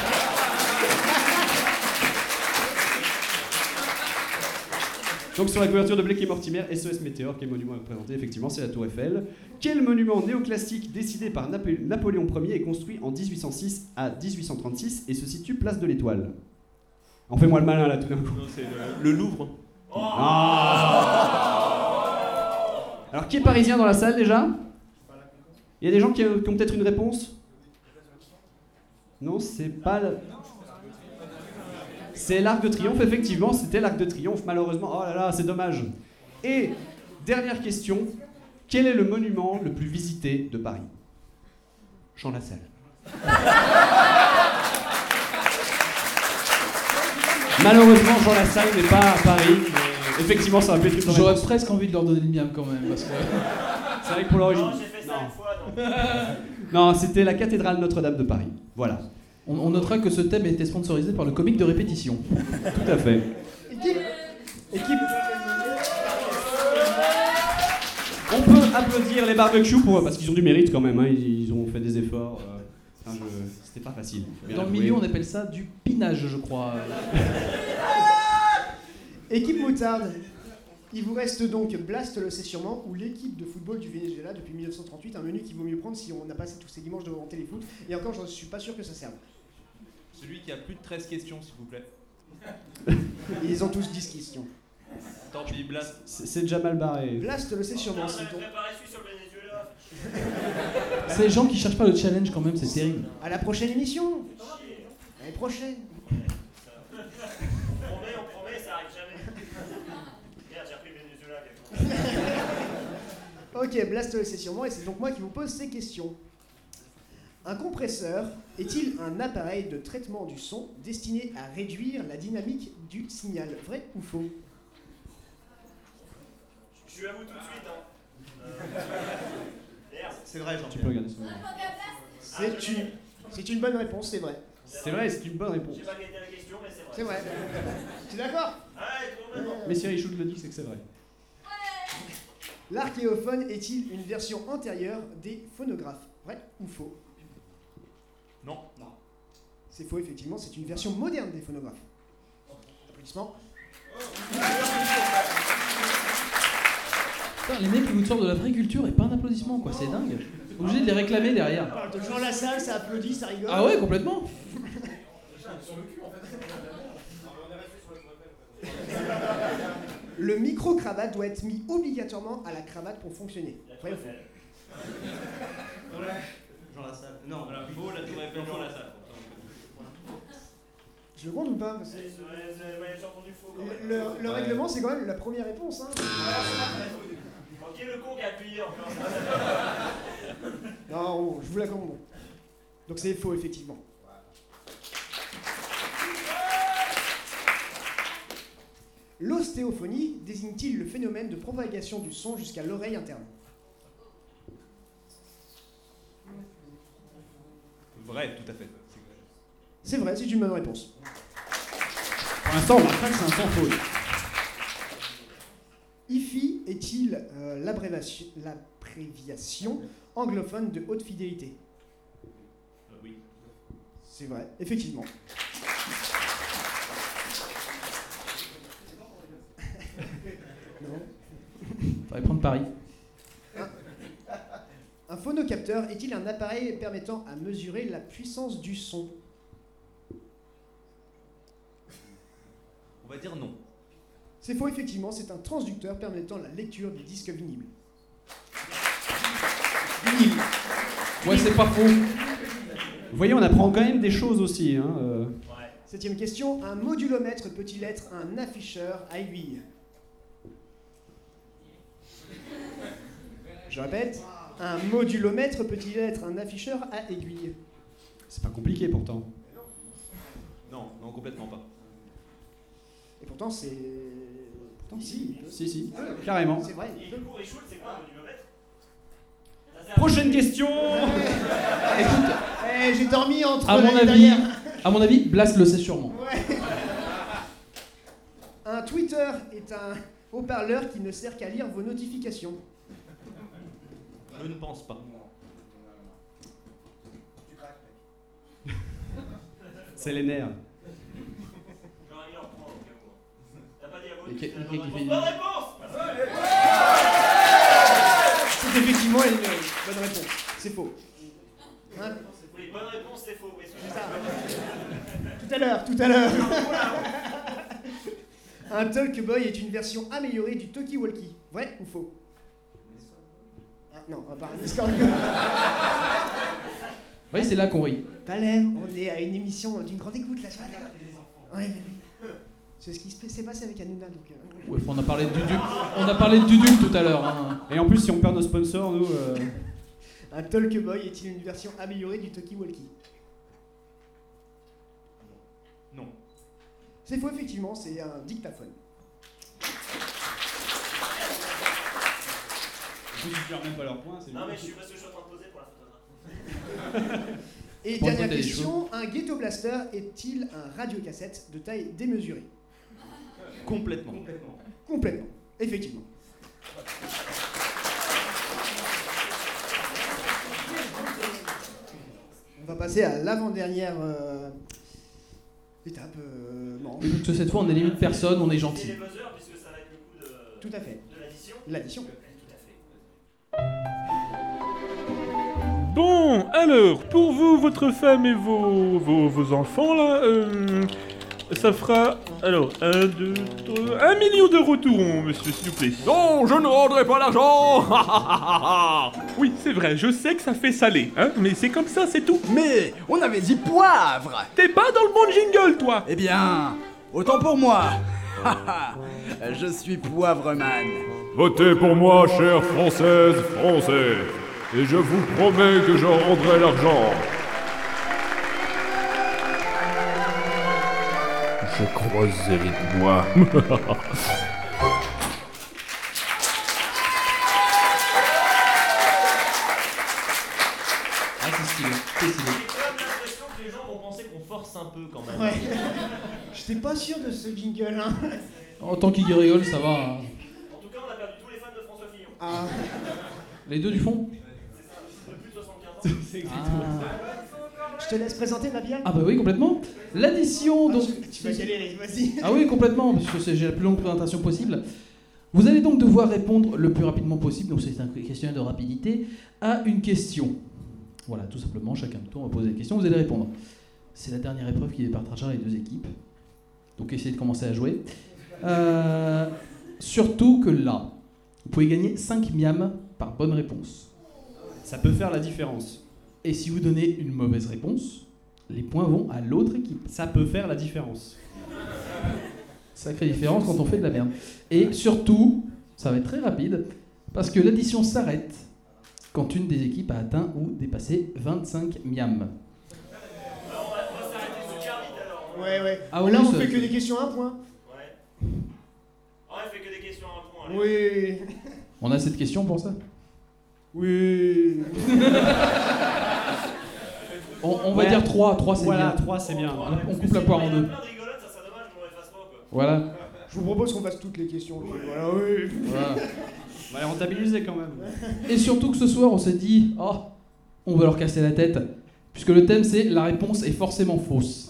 Donc sur la couverture de Blake et Mortimer, SOS Météore, quel monument est représenté? Effectivement, c'est la Tour Eiffel. Quel monument néoclassique décidé par Napoléon Ier est construit en 1806 à 1836 et se situe place de l'Étoile? En fais-moi le malin là tout d'un coup. Non, c'est le Louvre. Ah. Alors qui est parisien dans la salle déjà? Il y a des gens qui ont peut-être une réponse? Non, c'est pas... C'est l'Arc de Triomphe, effectivement, c'était l'Arc de Triomphe, malheureusement. Oh là là, c'est dommage. Et, dernière question, quel est le monument le plus visité de Paris? Champ Lassalle. Malheureusement, Jean Lassalle n'est pas à Paris, mais effectivement, ça aurait pu être une bonne J'aurais réponse. presque envie de leur donner le miam quand même, parce que... C'est vrai que pour l'origine... Non, j'ai fait ça une fois, donc... Non, c'était la cathédrale Notre-Dame de Paris. Voilà. On notera que ce thème a été sponsorisé par le comique de répétition. Tout à fait. Équipe. On peut applaudir les barbecues parce qu'ils ont du mérite quand même. Hein. Ils ont fait des efforts. C'était pas facile. Dans le milieu, on appelle ça du pinage, je crois. Équipe moutarde. Il vous reste donc Blast le sait sûrement ou l'équipe de football du Venezuela depuis 1938, un menu qu'il vaut mieux prendre si on a passé tous ces dimanches devant téléfoot. Et encore, je suis pas sûr que ça serve. Celui qui a plus de 13 questions, s'il vous plaît. Ils ont tous 10 questions. Tant pis, Blast. C'est déjà mal barré. Blast le sait sûrement. C'est donc... sur le Venezuela. C'est les gens qui cherchent pas le challenge quand même, c'est terrible. À la prochaine émission. L'année prochaine. On promet, ça arrive jamais. Merde, j'ai repris le Venezuela. Ok, Blast le sait sûrement et c'est donc moi qui vous pose ces questions. Un compresseur est-il un appareil de traitement du son destiné à réduire la dynamique du signal? Vrai ou faux? Je l'avoue tout de suite, hein. Merde. C'est vrai, Jean. Tu peux regarder ça. C'est une bonne réponse, c'est vrai. C'est vrai, c'est une bonne réponse. J'ai pas gagné la question, mais c'est vrai. C'est vrai. Tu es d'accord? Ouais, complètement. Mais si Richoud le dit, c'est que c'est vrai. L'archéophone est-il une version antérieure des phonographes? Vrai ou faux? Non. C'est faux, effectivement, c'est une version moderne des phonographes. Applaudissements. Putain, les mecs qui vous sortent de la vraie culture et pas un applaudissement, quoi, c'est dingue. Obligé de les réclamer derrière. On parle de Jean Lassalle, ça applaudit, ça rigole. Ah ouais, complètement. sur le cul en fait. On est resté sur le Le micro-cravate doit être mis obligatoirement à la cravate pour fonctionner. Vrai ou faux? Jean Lassalle. Non, Voilà, faux, la tour Eiffel, Jean Lassalle. Je le compte ou pas? Parce que J'ai entendu faux. le règlement, c'est quand même la première réponse. Hein. Ok, le con qui a appuyé encore. Non, je vous l'accorde. Donc c'est faux, effectivement. L'ostéophonie désigne-t-il le phénomène de propagation du son jusqu'à l'oreille interne? Vrai, tout à fait. C'est vrai, c'est une bonne réponse. Pour l'instant, on marque pas que c'est un sans faute. IFI est-il l'abréviation anglophone de haute fidélité? Oui. C'est vrai, effectivement. Non. Faudrait prendre Paris. Un phonocapteur est-il un appareil permettant à mesurer la puissance du son? On va dire non. C'est faux, effectivement, c'est un transducteur permettant la lecture des disques vinyles. Ouais, c'est pas faux. Vous voyez, on apprend quand même des choses aussi. Hein, Septième question, un modulomètre peut-il être un afficheur à aiguille? Je répète, un modulomètre peut-il être un afficheur à aiguille? C'est pas compliqué pourtant. Non, non, complètement pas. Et pourtant, c'est... Pourtant, si. Si, carrément. C'est vrai. Et le cours échoue, c'est quoi un modulomètre? Prochaine question. Écoute, j'ai dormi entre à mon avis, Blas le sait sûrement. Ouais. Un Twitter est un haut-parleur qui ne sert qu'à lire vos notifications. Je ne pense pas. C'est les nerfs. Bonne réponse. C'est effectivement une bonne réponse. C'est faux. Hein? Oui, bonne réponse, c'est faux. Tout à l'heure. Un Talkboy est une version améliorée du Talkie-Walkie. Vrai ou faux? Ah, non, on va pas un Discord. Oui, c'est là qu'on rit. Palais, on est à une émission d'une grande écoute là. Ouais, mais... C'est ce qui s'est passé avec Hanouna. Donc, Ouais, on a parlé de Dudul tout à l'heure. Hein. Et en plus, si on perd nos sponsors, nous... Un Talkboy est-il une version améliorée du Talkie-Walkie? Non. C'est faux, effectivement, c'est un dictaphone. Ils ne même pas leur point. Non, mais je suis parce que je suis en train de poser pour la photographe. Et dernière question, un Ghetto Blaster est-il un radiocassette de taille démesurée? Complètement. Complètement, effectivement. On va passer à l'avant-dernière étape. Non. Parce que cette fois, on élimine personne, on est gentil. C'est les buzzers, puisque ça va être le coup de... Tout à fait. De l'addition. L'addition. Tout à fait. Bon, alors, pour vous, votre femme et vos enfants, là, ça fera, alors, 1, 2, 3, 1 million d'euros tout rond, monsieur, s'il vous plaît. Non, je ne rendrai pas l'argent. Oui, c'est vrai, je sais que ça fait salé, hein, mais c'est comme ça, c'est tout. Mais on avait dit poivre. T'es pas dans le bon jingle, toi. Eh bien, autant pour moi. Je suis Poivreman. Votez pour moi, chères Françaises, Français, et je vous promets que je rendrai l'argent. Je croisais les doigts. Ah, c'est stylé. C'est stylé. J'ai quand même l'impression que les gens vont penser qu'on force un peu quand même. Ouais. J'étais pas sûr de ce jingle, hein. En tant qu'il rigole, ça va. Hein. En tout cas, on a perdu tous les fans de François Fillon. Ah. Les deux du fond? C'est ça, de plus de 75 ans. C'est exactement ça. Je te laisse présenter, Nabia. Ah bah oui, complètement. L'addition, donc... Tu vas y aller, vas-y. Ah oui, complètement, parce que j'ai la plus longue présentation possible. Vous allez donc devoir répondre le plus rapidement possible, donc c'est un questionnaire de rapidité, à une question. Voilà, tout simplement, chacun de tour, on va poser des questions, vous allez répondre. C'est la dernière épreuve qui départagera les deux équipes. Donc essayez de commencer à jouer. Surtout que là, vous pouvez gagner 5 miams par bonne réponse. Ça peut faire la différence. Et si vous donnez une mauvaise réponse, les points vont à l'autre équipe. Ça peut faire la différence. Sacrée différence quand on fait de la merde. Et surtout, ça va être très rapide, parce que l'addition s'arrête quand une des équipes a atteint ou dépassé 25 miams. Ouais. Ah oui, là, on ça- fait que des questions à un point. Ouais. Oh, elle fait que des questions à un point. allez. Oui. On a cette question pour ça? Oui. On va dire 3, 3 c'est Voilà, bien. 3 c'est bien. On coupe la poire en deux. Voilà. Je vous propose qu'on fasse toutes les questions. Voilà, oui. Voilà. On va les rentabiliser quand même. Et surtout que ce soir, on s'est dit, oh, on va leur casser la tête, puisque le thème c'est la réponse est forcément fausse.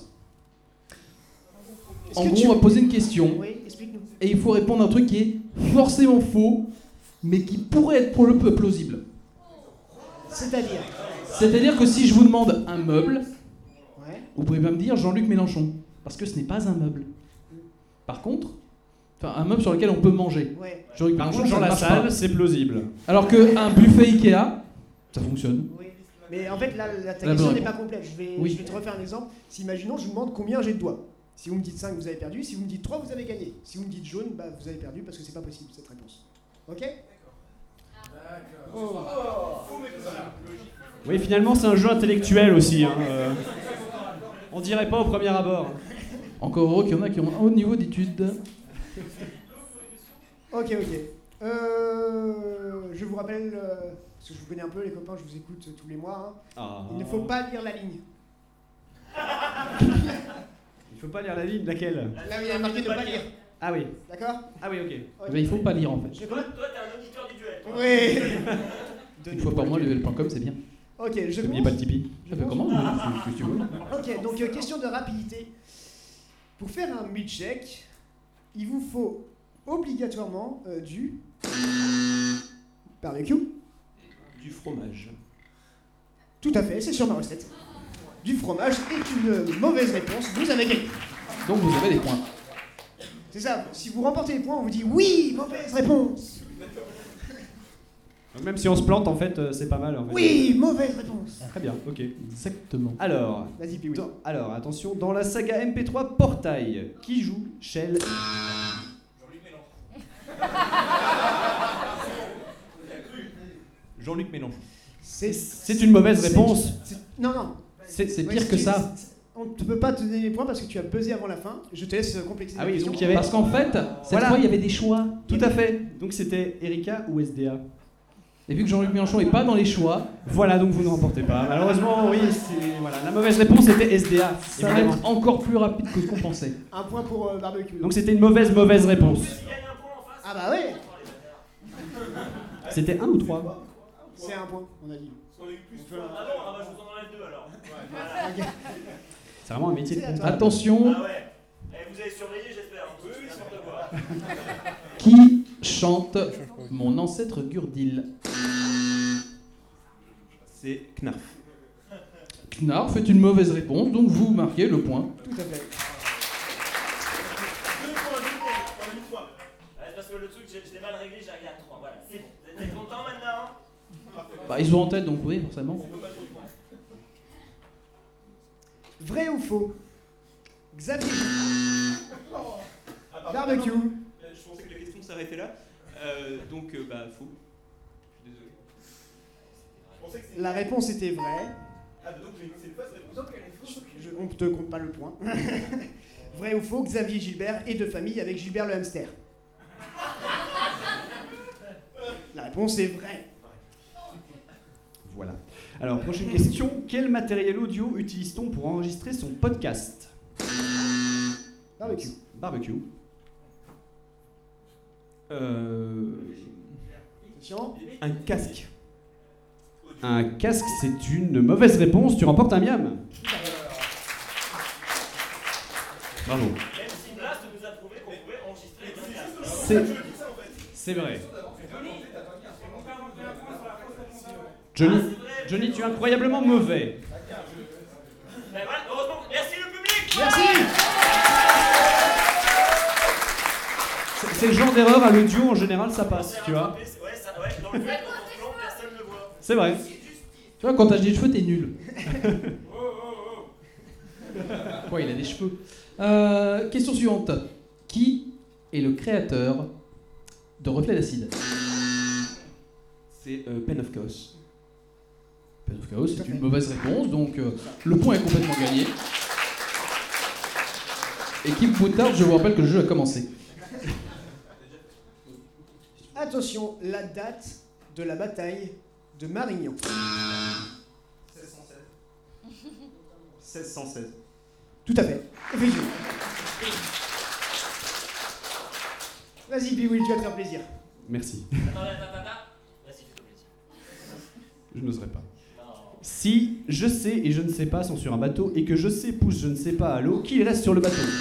En gros, on va poser une question, Oui, explique-nous. et il faut répondre à un truc qui est forcément faux, mais qui pourrait être pour le peu plausible. C'est-à-dire C'est-à-dire que si je vous demande un meuble, Ouais. vous pouvez pas me dire Jean-Luc Mélenchon, parce que ce n'est pas un meuble. Par contre, un meuble sur lequel on peut manger. Ouais. Jean-Luc Par Mélenchon, contre, ça dans ne la marche salle, pas. c'est plausible. Alors qu'un buffet Ikea, ça fonctionne. Oui. Mais en fait, là, ta La question bonne n'est pas réponse. complète. Oui. Je vais te refaire un exemple. Si, imaginons, je vous demande combien j'ai de doigts. Si vous me dites 5, vous avez perdu. Si vous me dites 3, vous avez gagné. Si vous me dites jaune, bah, vous avez perdu parce que c'est pas possible cette réponse. Ok? Oui, finalement, c'est un jeu intellectuel aussi. Hein. On dirait pas au premier abord. Encore heureux qu'il y en a qui ont un haut niveau d'études. Ok. Je vous rappelle, parce que je vous connais un peu, les copains, je vous écoute tous les mois. Hein. Ah. Il ne faut pas lire la ligne. Il faut pas lire la ligne, laquelle? Là où il y a marqué ne pas lire. Ah oui. D'accord? Ah oui, ok. Mais il faut pas lire en fait. Toi, t'es un auditeur du duel. toi. Oui. Une fois par mois, level.com, c'est bien. Ok, je N'oubliez pas le Tipeee. Ça fait comment? Si tu veux. Ok, donc question de rapidité. Pour faire un milkshake, il vous faut obligatoirement du barbecue. Du fromage. Tout à fait, c'est sur ma recette. Du fromage est une mauvaise réponse, vous avez gagné. Donc vous avez des points. C'est ça, si vous remportez les points, on vous dit oui, mauvaise réponse. Donc même si on se plante, en fait, c'est pas mal. En fait. Oui, mauvaise réponse. Très bien, ok. Exactement. Alors, Vas-y, Piwi. alors, attention, dans la saga MP3 Portail, qui joue Shell? Jean-Luc Mélenchon. C'est une mauvaise réponse. Non. C'est Ouais, pire que ça. On ne peut pas te donner les points parce que tu as buzzé avant la fin. Je te laisse complexer Ah la oui, question. donc il y avait... Parce qu'en fait, cette Voilà. fois, il y avait des choix. Tout à fait. Donc c'était Erika ou SDA? Et vu que Jean-Luc Mélenchon n'est pas dans les choix, Voilà, donc vous ne remportez pas. Malheureusement, oui, voilà. La mauvaise réponse était SDA. ça va évidemment. être encore plus rapide que ce qu'on pensait. Un point pour barbecue. Donc c'était une mauvaise réponse. Ah bah ouais. C'était 1 ou 3? C'est un point, on a dit. Ah bon, ah bah je vous en enlève 2 alors. C'est vraiment un métier de C'est à toi. comptable. Attention, Ah ouais. Et vous avez surveillé, j'espère. Oui, n'importe quoi. qui chante Mon ancêtre Gurdil? C'est Knarf. Knarf est une mauvaise réponse, donc vous marquez le point. Tout à fait. 2 points, en une fois. Ouais, c'est parce que le truc, je l'ai mal réglé, j'ai réglé à 3. Voilà, c'est bon. Vous êtes contents maintenant? Bah, ils sont en tête, donc oui, forcément. Vrai ou faux? Xavier. Barbecue. Je pensais que la question s'arrêtait là. Donc, bah, faux. Je suis désolé. La réponse était vraie. Ah, donc c'est une fausse réponse. On ne te compte pas le point. Vrai ou faux? Xavier Gilbert est de famille avec Gilbert le hamster. La réponse est vraie. Voilà. Alors, prochaine question. Quel matériel audio utilise-t-on pour enregistrer son podcast? Barbecue. Barbecue. Attention. Un casque. Un casque, c'est une mauvaise réponse. Tu remportes un miam. Bravo. Même si Blast nous a prouvé qu'on pouvait enregistrer les podcasts. C'est vrai. Johnny, tu es incroyablement mauvais. Mais voilà, heureusement. c'est le genre d'erreur à l'audio, en général, ça passe, tu vois. Dans le fait, quand on plante, personne ne le voit. C'est vrai. Tu vois, quand t'as des cheveux, t'es nul. Ouais, il a des cheveux. Question suivante. Qui est le créateur de Reflet d'acide? C'est Pen of Chaos. Pen of Chaos, c'est une mauvaise réponse, donc le point est complètement gagné. Équipe Boutard, je vous rappelle que le jeu a commencé. Attention, la date de la bataille de Marignan. 1616. Tout à fait. Effectivement. Vas-y, Bill, tu vas te faire plaisir. Merci. Vas-y, fais-toi plaisir. Je n'oserais pas. Si je sais et je ne sais pas sont sur un bateau et que je sais pousse je ne sais pas à l'eau, qui reste sur le bateau?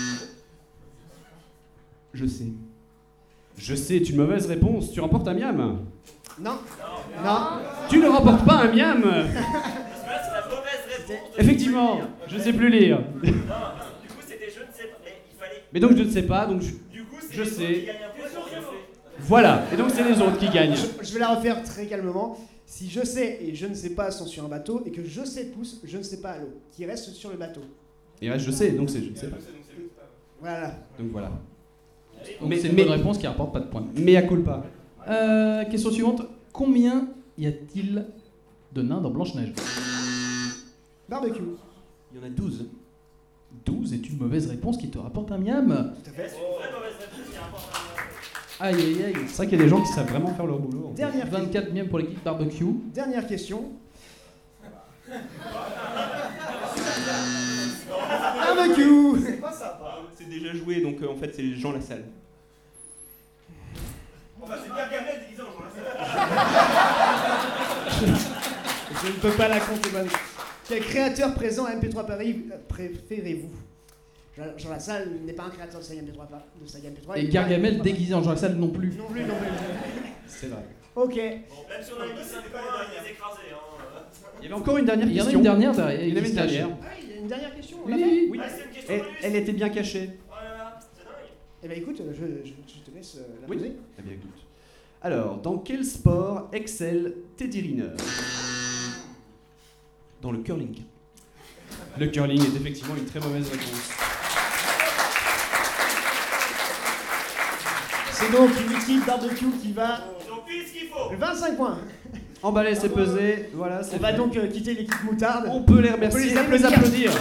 Je sais. Je sais est une mauvaise réponse. Tu remportes un miam. Non. Non. Tu ne remportes pas un miam. Parce que là, c'est la mauvaise réponse. Effectivement, je ne sais plus lire. Non, du coup, c'était je ne sais pas. Mais il fallait. Mais donc je ne sais pas, donc Du coup, c'est je les autres sais. qui gagnent un point pour rien fait. Voilà, et donc c'est les autres qui gagnent. Je vais la refaire très calmement. Si je sais et je ne sais pas sont sur un bateau et que je sais pousse, je ne sais pas à l'eau, qui reste sur le bateau. Il reste je sais, donc c'est je ne sais pas. Voilà. Donc voilà. Donc c'est une bonne réponse qui rapporte pas de points. Mais à culpa. Question suivante. Combien y a-t-il de nains dans Blanche-Neige? Barbecue. Il y en a 12. 12 est une mauvaise réponse qui te rapporte un miam. Tout à fait. C'est une vraie mauvaise réponse qui rapporte un. Aïe aïe aïe. C'est vrai qu'il y a des gens qui savent vraiment faire leur boulot. En fait. Dernière 24 miams pour l'équipe barbecue. Dernière question. Barbecue. C'est pas sympa. C'est déjà joué, donc en fait, c'est Jean Lassalle. Enfin, c'est Gargamel déguisé en Jean Je ne peux pas la compter, bonne. Quel créateur présent à MP3 Paris préférez-vous? Jean Lassalle n'est pas un créateur de saga MP3. Et Gargamel déguisé en Jean Lassalle non plus. Non plus. C'est vrai. Ok. Bon, même si on a mis 5 points, il les écrasés. Hein. Il y avait encore une dernière Il y en question. a une dernière derrière. Il y en avait une dernière. Ah oui, il y a une dernière question. on Oui, l'a fait oui, Oui. Ah, c'est une question Et bonus. elle était bien cachée. Oh là là, c'est dingue. Eh ben écoute, je te laisse la Oui. poser. Très bien, écoute. Alors, dans quel sport excelle Teddy Riner? Dans le curling. Le curling est effectivement une très mauvaise réponse. C'est donc une équipe barbecue qui va. Ils ont pile ce qu'il faut. 25 points. Emballé, c'est pesé. Voilà, c'est On va fait. donc quitter l'équipe moutarde. On peut les remercier, On peut les applaudir.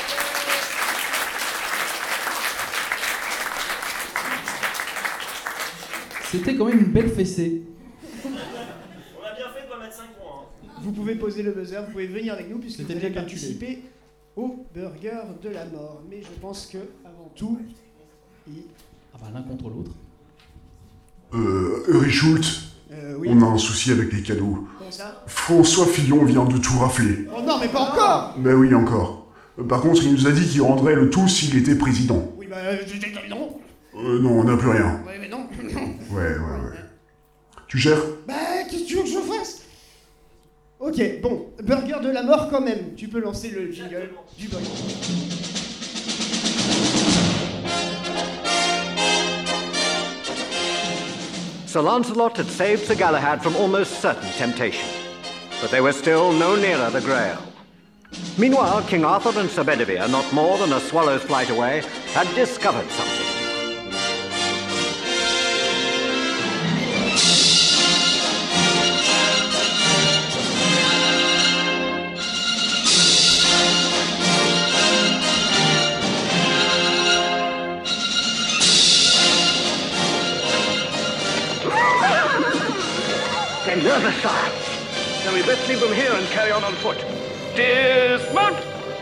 C'était quand même une belle fessée. On a bien fait de pas mettre 5 points. Hein. Vous pouvez poser le buzzer, vous pouvez venir avec nous puisque vous C'était allez bien calculé. participer au burger de la mort. Mais je pense que avant tout, Ah bah l'un contre l'autre. Richoult, oui. on a un souci avec les cadeaux. Comment ça? François Fillon vient de tout rafler. Oh non, mais pas encore. Ben oui, encore. Par contre, il nous a dit qu'il rendrait le tout s'il était président. Oui, bah, non. Non, on n'a plus rien. Ouais, mais non. Ouais. Tu gères? Bah, qu'est-ce que tu veux que je fasse? Ok, bon, burger de la mort quand même. Tu peux lancer le jingle du burger. Sir Lancelot had saved Sir Galahad from almost certain temptation, but they were still no nearer the Grail. Meanwhile, King Arthur and Sir Bedivere, not more than a swallow's flight away, had discovered something. They're nervous, sire. Then we best leave them here and carry on foot. Dismount!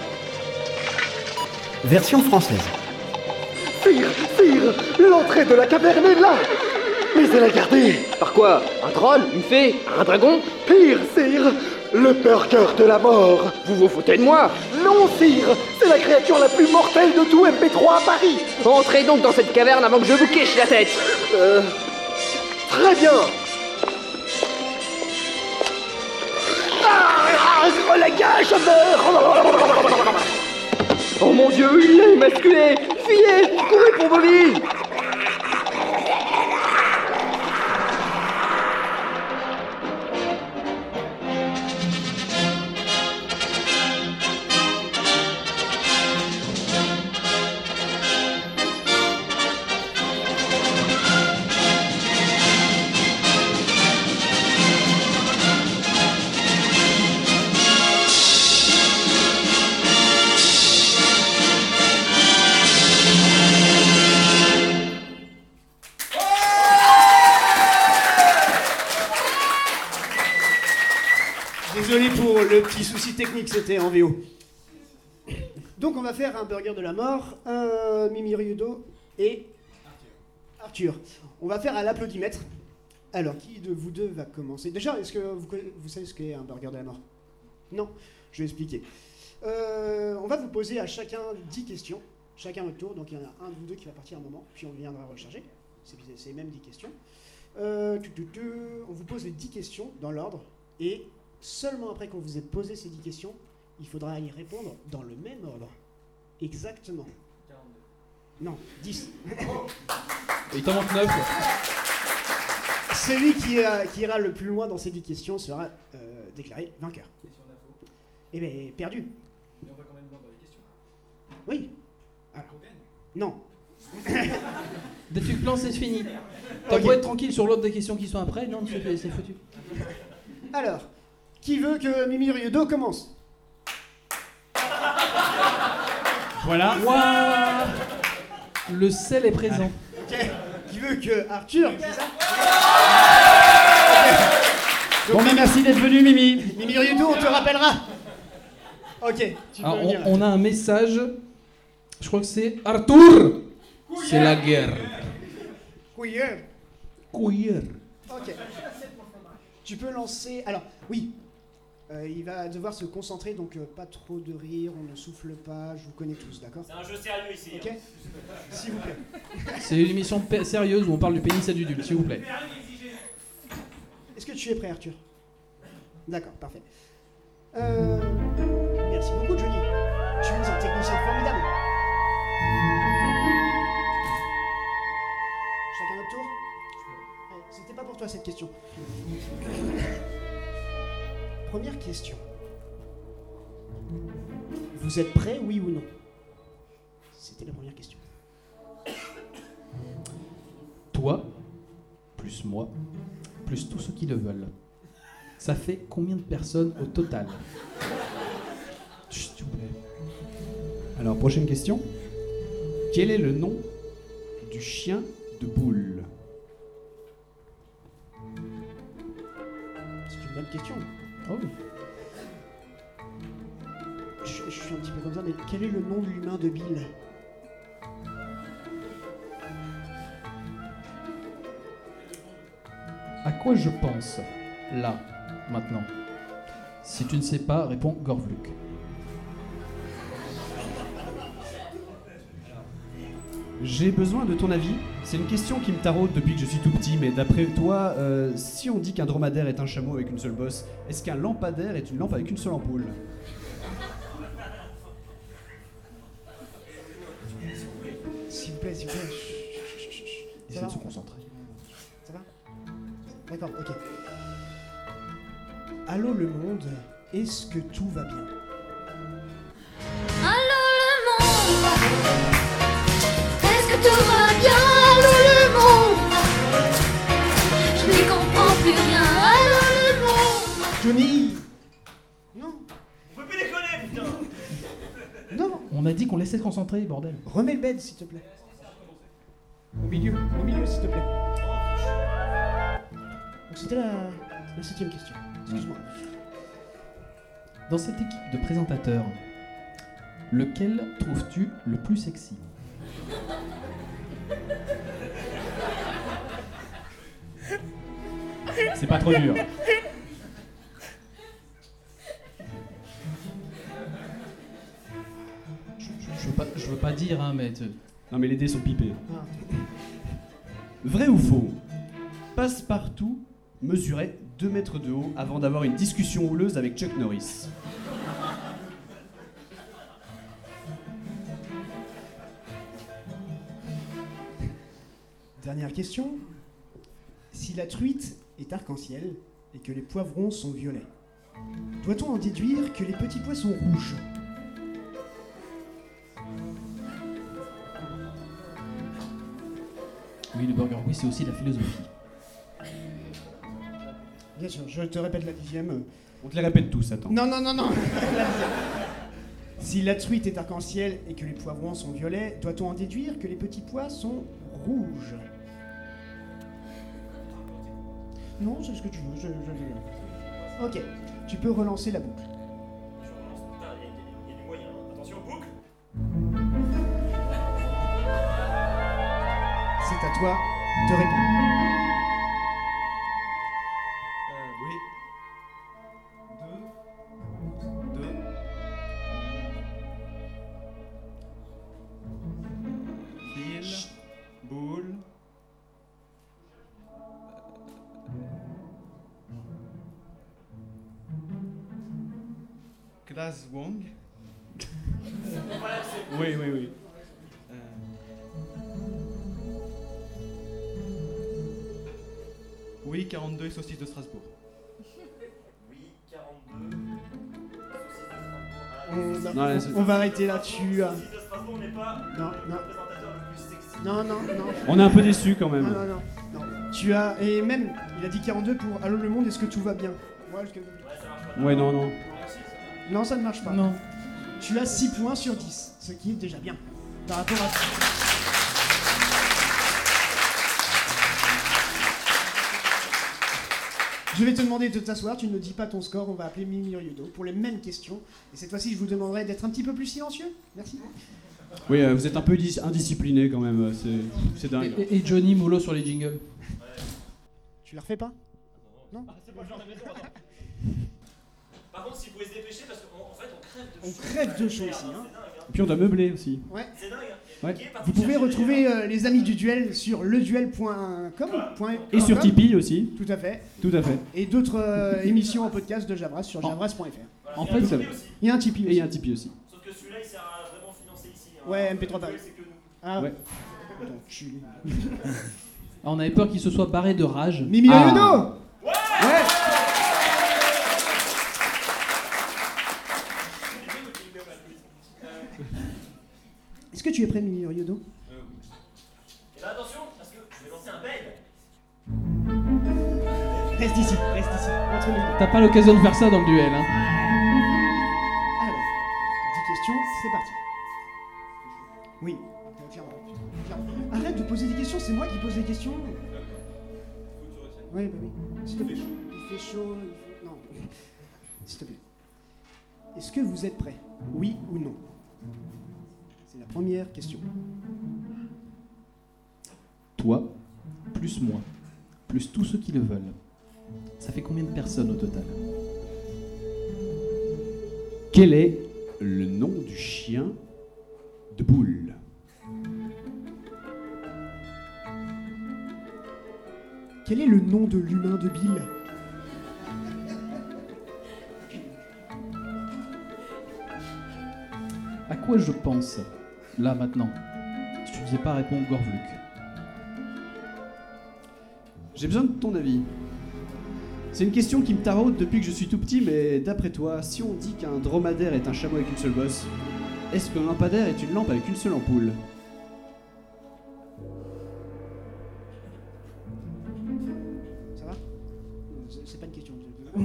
Version française. Sire, l'entrée de la caverne est là. Mais elle est gardée. Par quoi? Un troll? Une fée? Un dragon? Pire, sire, le burger de la mort. Vous vous foutez de moi? Non, sire, c'est la créature la plus mortelle de tout MP3 à Paris. Entrez donc dans cette caverne avant que je vous quiche la tête. Très bien. Oh la gage, je meurs. Oh mon Dieu, il est émasculé. Fuyez, courez pour vos vies. le petit souci technique, c'était en VO. Donc on va faire un burger de la mort, Mimi Ryudo et Arthur. On va faire à l'applaudimètre. Alors, qui de vous deux va commencer? Déjà, est-ce que vous savez ce qu'est un burger de la mort? Non, je vais expliquer. On va vous poser à chacun 10 questions, chacun à votre tour. Donc il y en a un de vous deux qui va partir un moment, puis on viendra recharger. C'est les mêmes 10 questions. On vous pose les 10 questions dans l'ordre, et seulement après qu'on vous ait posé ces 10 questions, il faudra y répondre dans le même ordre. Exactement. 42. Non, 10. Il t'en manque 9. Celui qui ira le plus loin dans ces 10 questions sera déclaré vainqueur. Et si on a faux? Eh bien, perdu. Mais on va quand même voir dans les questions. Oui. Alors, non. Dès que tu te lances, c'est fini. T'as beau être tranquille sur l'ordre des questions qui sont après, non, c'est foutu. Alors, qui veut que Mimi Ryudo commence? Voilà. Waouh, le sel est présent. Ok. Qui veut que Arthur, c'est ça? Bon, mais merci d'être venu, Mimi. Mimi Ryudo, on te rappellera. Ok. Alors, on a un message. Je crois que c'est Arthur. C'est la guerre. Couilleur. Couilleur. Ok. Tu peux lancer. Alors, oui. Il va devoir se concentrer, donc pas trop de rire, on ne souffle pas, je vous connais tous, d'accord? C'est un jeu sérieux ici. Ok. S'il vous plaît. C'est une émission sérieuse où on parle du pénis adulte, s'il vous plaît. Est-ce que tu es prêt, Arthur? D'accord, parfait. Merci beaucoup, Johnny. Tu es un technicien formidable. Chacun notre tour? C'était pas pour toi cette question. Première question. Vous êtes prêts, oui ou non? C'était la première question. Toi, plus moi, plus tous ceux qui le veulent. Ça fait combien de personnes au total? Chut, s'il vous plaît. Alors, prochaine question. Quel est le nom du chien de boule? C'est une bonne question. Oh oui. Je suis un petit peu comme ça, mais quel est le nom de l'humain de Bill? À quoi je pense, là, maintenant? Si tu ne sais pas, réponds Gorvluk. J'ai besoin de ton avis. C'est une question qui me taraude depuis que je suis tout petit, mais d'après toi, si on dit qu'un dromadaire est un chameau avec une seule bosse, est-ce qu'un lampadaire est une lampe avec une seule ampoule? S'il vous plaît, s'il vous plaît. Essayez de se concentrer. Ça va? D'accord, ok. Allô le monde, est-ce que tout va bien? Allô le monde, est-ce que tout va bien? Allô le monde, je n'y comprends plus rien. Allô le monde. Johnny! Non. On peut plus déconner, putain. Non. On a dit qu'on laissait se concentrer, bordel. Remets le bed, s'il te plaît. Au milieu, s'il te plaît. Donc c'était la 7e question. Excuse-moi. Dans cette équipe de présentateurs, lequel trouves-tu le plus sexy? C'est pas trop dur. Je veux pas dire, hein, mais... Non, mais les dés sont pipés. Vrai ou faux? Passepartout mesurait 2 mètres de haut avant d'avoir une discussion houleuse avec Chuck Norris. Dernière question. Si la truite est arc-en-ciel et que les poivrons sont violets, doit-on en déduire que les petits pois sont rouges? Oui, le burger, oui, c'est aussi la philosophie. Bien sûr, je te répète la 10e. On te les répète tous, attends. Non. La 10e. Si la truite est arc-en-ciel et que les poivrons sont violets, doit-on en déduire que les petits pois sont rouges? Non, c'est ce que tu veux. Ok, tu peux relancer la boucle. C'est à toi de répondre. Oui. Deux. Bill. Boule. Class Wong. Oui. Oui, 42 saucisses de Strasbourg. Oui, 42. On va arrêter là-dessus. Non. On est un peu déçus quand même. Non. Tu as. Et même, il a dit 42 pour Allô le monde, est-ce que tout va bien? Ouais, non. Non, ça ne marche pas. Non. Tu as 6 points sur 10, ce qui est déjà bien. Par rapport à. Je vais te demander de t'asseoir, tu ne dis pas ton score, on va appeler Mimi Ryudo pour les mêmes questions. Et cette fois-ci, je vous demanderai d'être un petit peu plus silencieux. Merci. Oui, vous êtes un peu indiscipliné quand même, c'est dingue. Et Johnny Molo sur les jingles. Tu la refais pas? Non. C'est pas le genre de maison, attends. Par contre, si vous pouvez se dépêcher, parce qu'en fait, on crève de chaud ici. Hein. Et puis on doit meubler aussi. Ouais. C'est dingue. Ouais. Vous pouvez retrouver les amis du duel sur leduel.com. Et sur Tipeee aussi. Tout à fait. Et d'autres émissions en podcast de Javras sur javras.fr. En fait, il y a un Tipeee aussi. Et il y a un Tipeee aussi. Sauf que celui-là, il sert à vraiment financer ici. Hein. Ouais, MP3 Paris. C'est que nous. Ah ouais. On avait peur qu'il se soit barré de rage. Mimi Ryudo. Ouais. Est-ce que tu es prêt, Mimi Ryudo? Et là, attention, parce que je vais lancer un bel. Reste ici. Entre nous. T'as pas l'occasion de faire ça dans le duel, hein. Alors, 10 questions, c'est parti. Oui, clairement. Arrête de poser des questions, c'est moi qui pose des questions. Oui, bah oui. S'il te plaît. Il fait chaud. Non. S'il te plaît. Est-ce que vous êtes prêts? Oui ou non? C'est la première question. Toi, plus moi, plus tous ceux qui le veulent. Ça fait combien de personnes au total? Quel est le nom du chien de Boule? Quel est le nom de l'humain de Bill? À quoi je pense, là, maintenant? Si tu ne sais pas répondre, Gorvluk. J'ai besoin de ton avis. C'est une question qui me taraude depuis que je suis tout petit, mais d'après toi, si on dit qu'un dromadaire est un chameau avec une seule bosse, est-ce qu'un lampadaire est une lampe avec une seule ampoule? Ça va? C'est pas une question.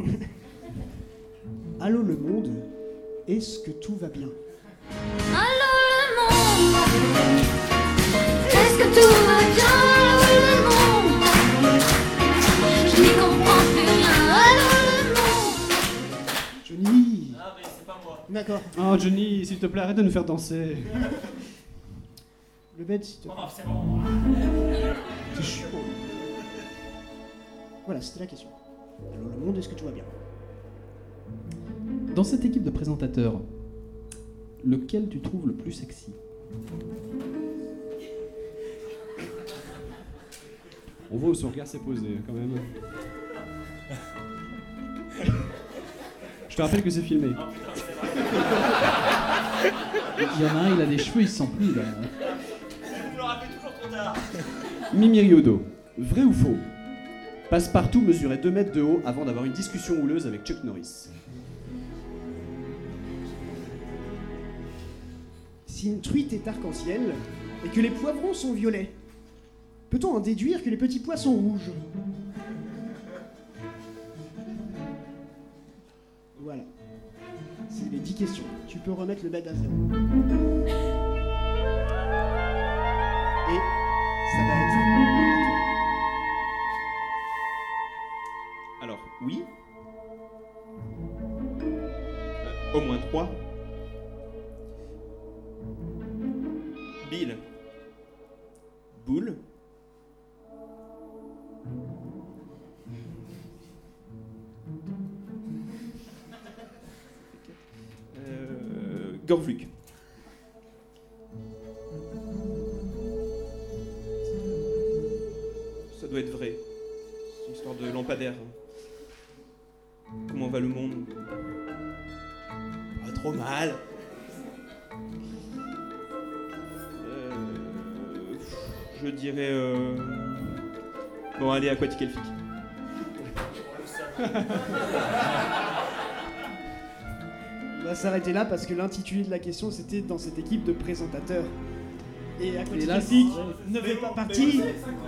Allô le monde, est-ce que tout va bien? Allô le monde, est-ce que tout va bien? Allô le monde, je n'y comprends plus rien. Allô le monde. Johnny. Ah, mais c'est pas moi. D'accord. Oh Johnny, s'il te plaît, arrête de nous faire danser. Le bed, s'il te plaît. Oh, c'est bon. C'est chiant. Voilà, c'était la question. Allô le monde, est-ce que tout va bien? Dans cette équipe de présentateurs, lequel tu trouves le plus sexy? On voit où son regard s'est posé, quand même. Je te rappelle que c'est filmé. Il y en a un, il a des cheveux, il se sent plus, là. Vous me le rappelez toujours trop tard. Mimi Ryudo, vrai ou faux? Passepartout mesurait 2 mètres de haut avant d'avoir une discussion houleuse avec Chuck Norris. Si une truite est arc-en-ciel et que les poivrons sont violets, peut-on en déduire que les petits pois sont rouges? Voilà. C'est les 10 questions. Tu peux remettre le bed à 0. Et ça va être à toi. Alors, oui. Au moins 3. Bill. Boule. Gorfluk. Ça doit être vrai. C'est une histoire de lampadaire. Comment va le monde? Pas trop mal. Je dirais... Bon, allez, Aquatique Elfique. On va s'arrêter là parce que l'intitulé de la question c'était dans cette équipe de présentateurs. Et Aquatique Elfique ne fait pas partie.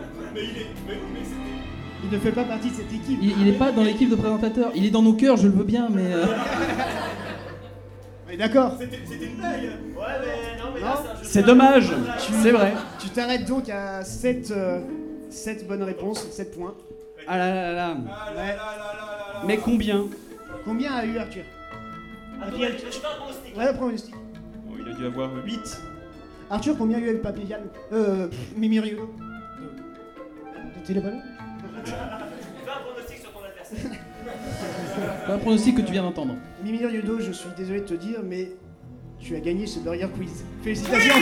Il ne fait pas partie de cette équipe. Il est pas dans l'équipe de présentateurs. Il est dans nos cœurs, je le veux bien, mais. On est d'accord. C'était une blague. Ouais, mais non, mais là, C'est dommage. C'est vrai. Tu t'arrêtes donc à 7 bonnes réponses, 7 points. Ah là là là. Ouais. Mais combien? Combien a eu Arthur? Je fais un pronostic. Ouais, pronostic. Oh, il a dû avoir 8. Arthur, combien a eu Papillon Mimi Riolo. T'étais là-bas? Fais un pronostic sur ton adversaire. Pas un pronostic que tu viens d'entendre. Mimi Riodo, je suis désolé de te dire, mais tu as gagné ce Burger Quiz. Félicitations.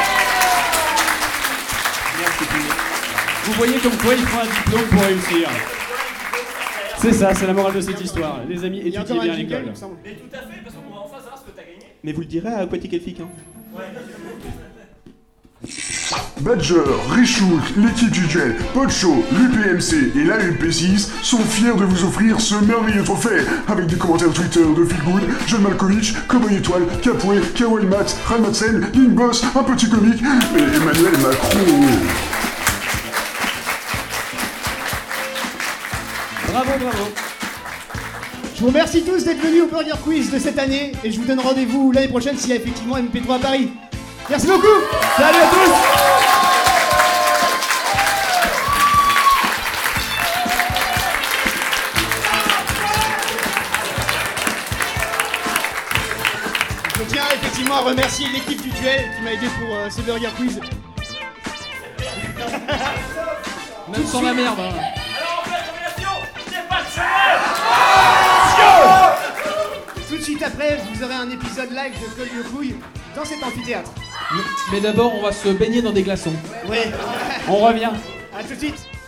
Vous voyez comme quoi il faut un diplôme pour réussir. C'est ça, c'est la morale de cette histoire. Les amis, Il y a étudiez encore bien un à jingle, il l'école. me semble. Mais tout à fait, parce qu'on va enfin savoir ce que t'as gagné. Mais vous le direz à Aquatique Elfique, hein. Ouais. Badger, Richoult, l'équipe du duel, Pocho, l'UPMC et l'AUP6 sont fiers de vous offrir ce merveilleux trophée avec des commentaires Twitter de Feelgood, John Malkovich, Cowboy Étoile, Capoué, Kawaii Matt, Ranmatsen, Boss, un petit comique et Emmanuel Macron. Bravo, bravo. Je vous remercie tous d'être venus au Burger Quiz de cette année et je vous donne rendez-vous l'année prochaine s'il y a effectivement MP3 à Paris. Merci beaucoup. Salut à tous. Je tiens effectivement à remercier l'équipe du duel qui m'a aidé pour ce Burger Quiz. Même sans la merde. Hein. Alors on fait la combinaison. C'est pas de Tout de suite après, vous aurez un épisode live de Colle de Couille dans cet amphithéâtre. Mais d'abord, on va se baigner dans des glaçons. Ouais. On revient. A tout de suite.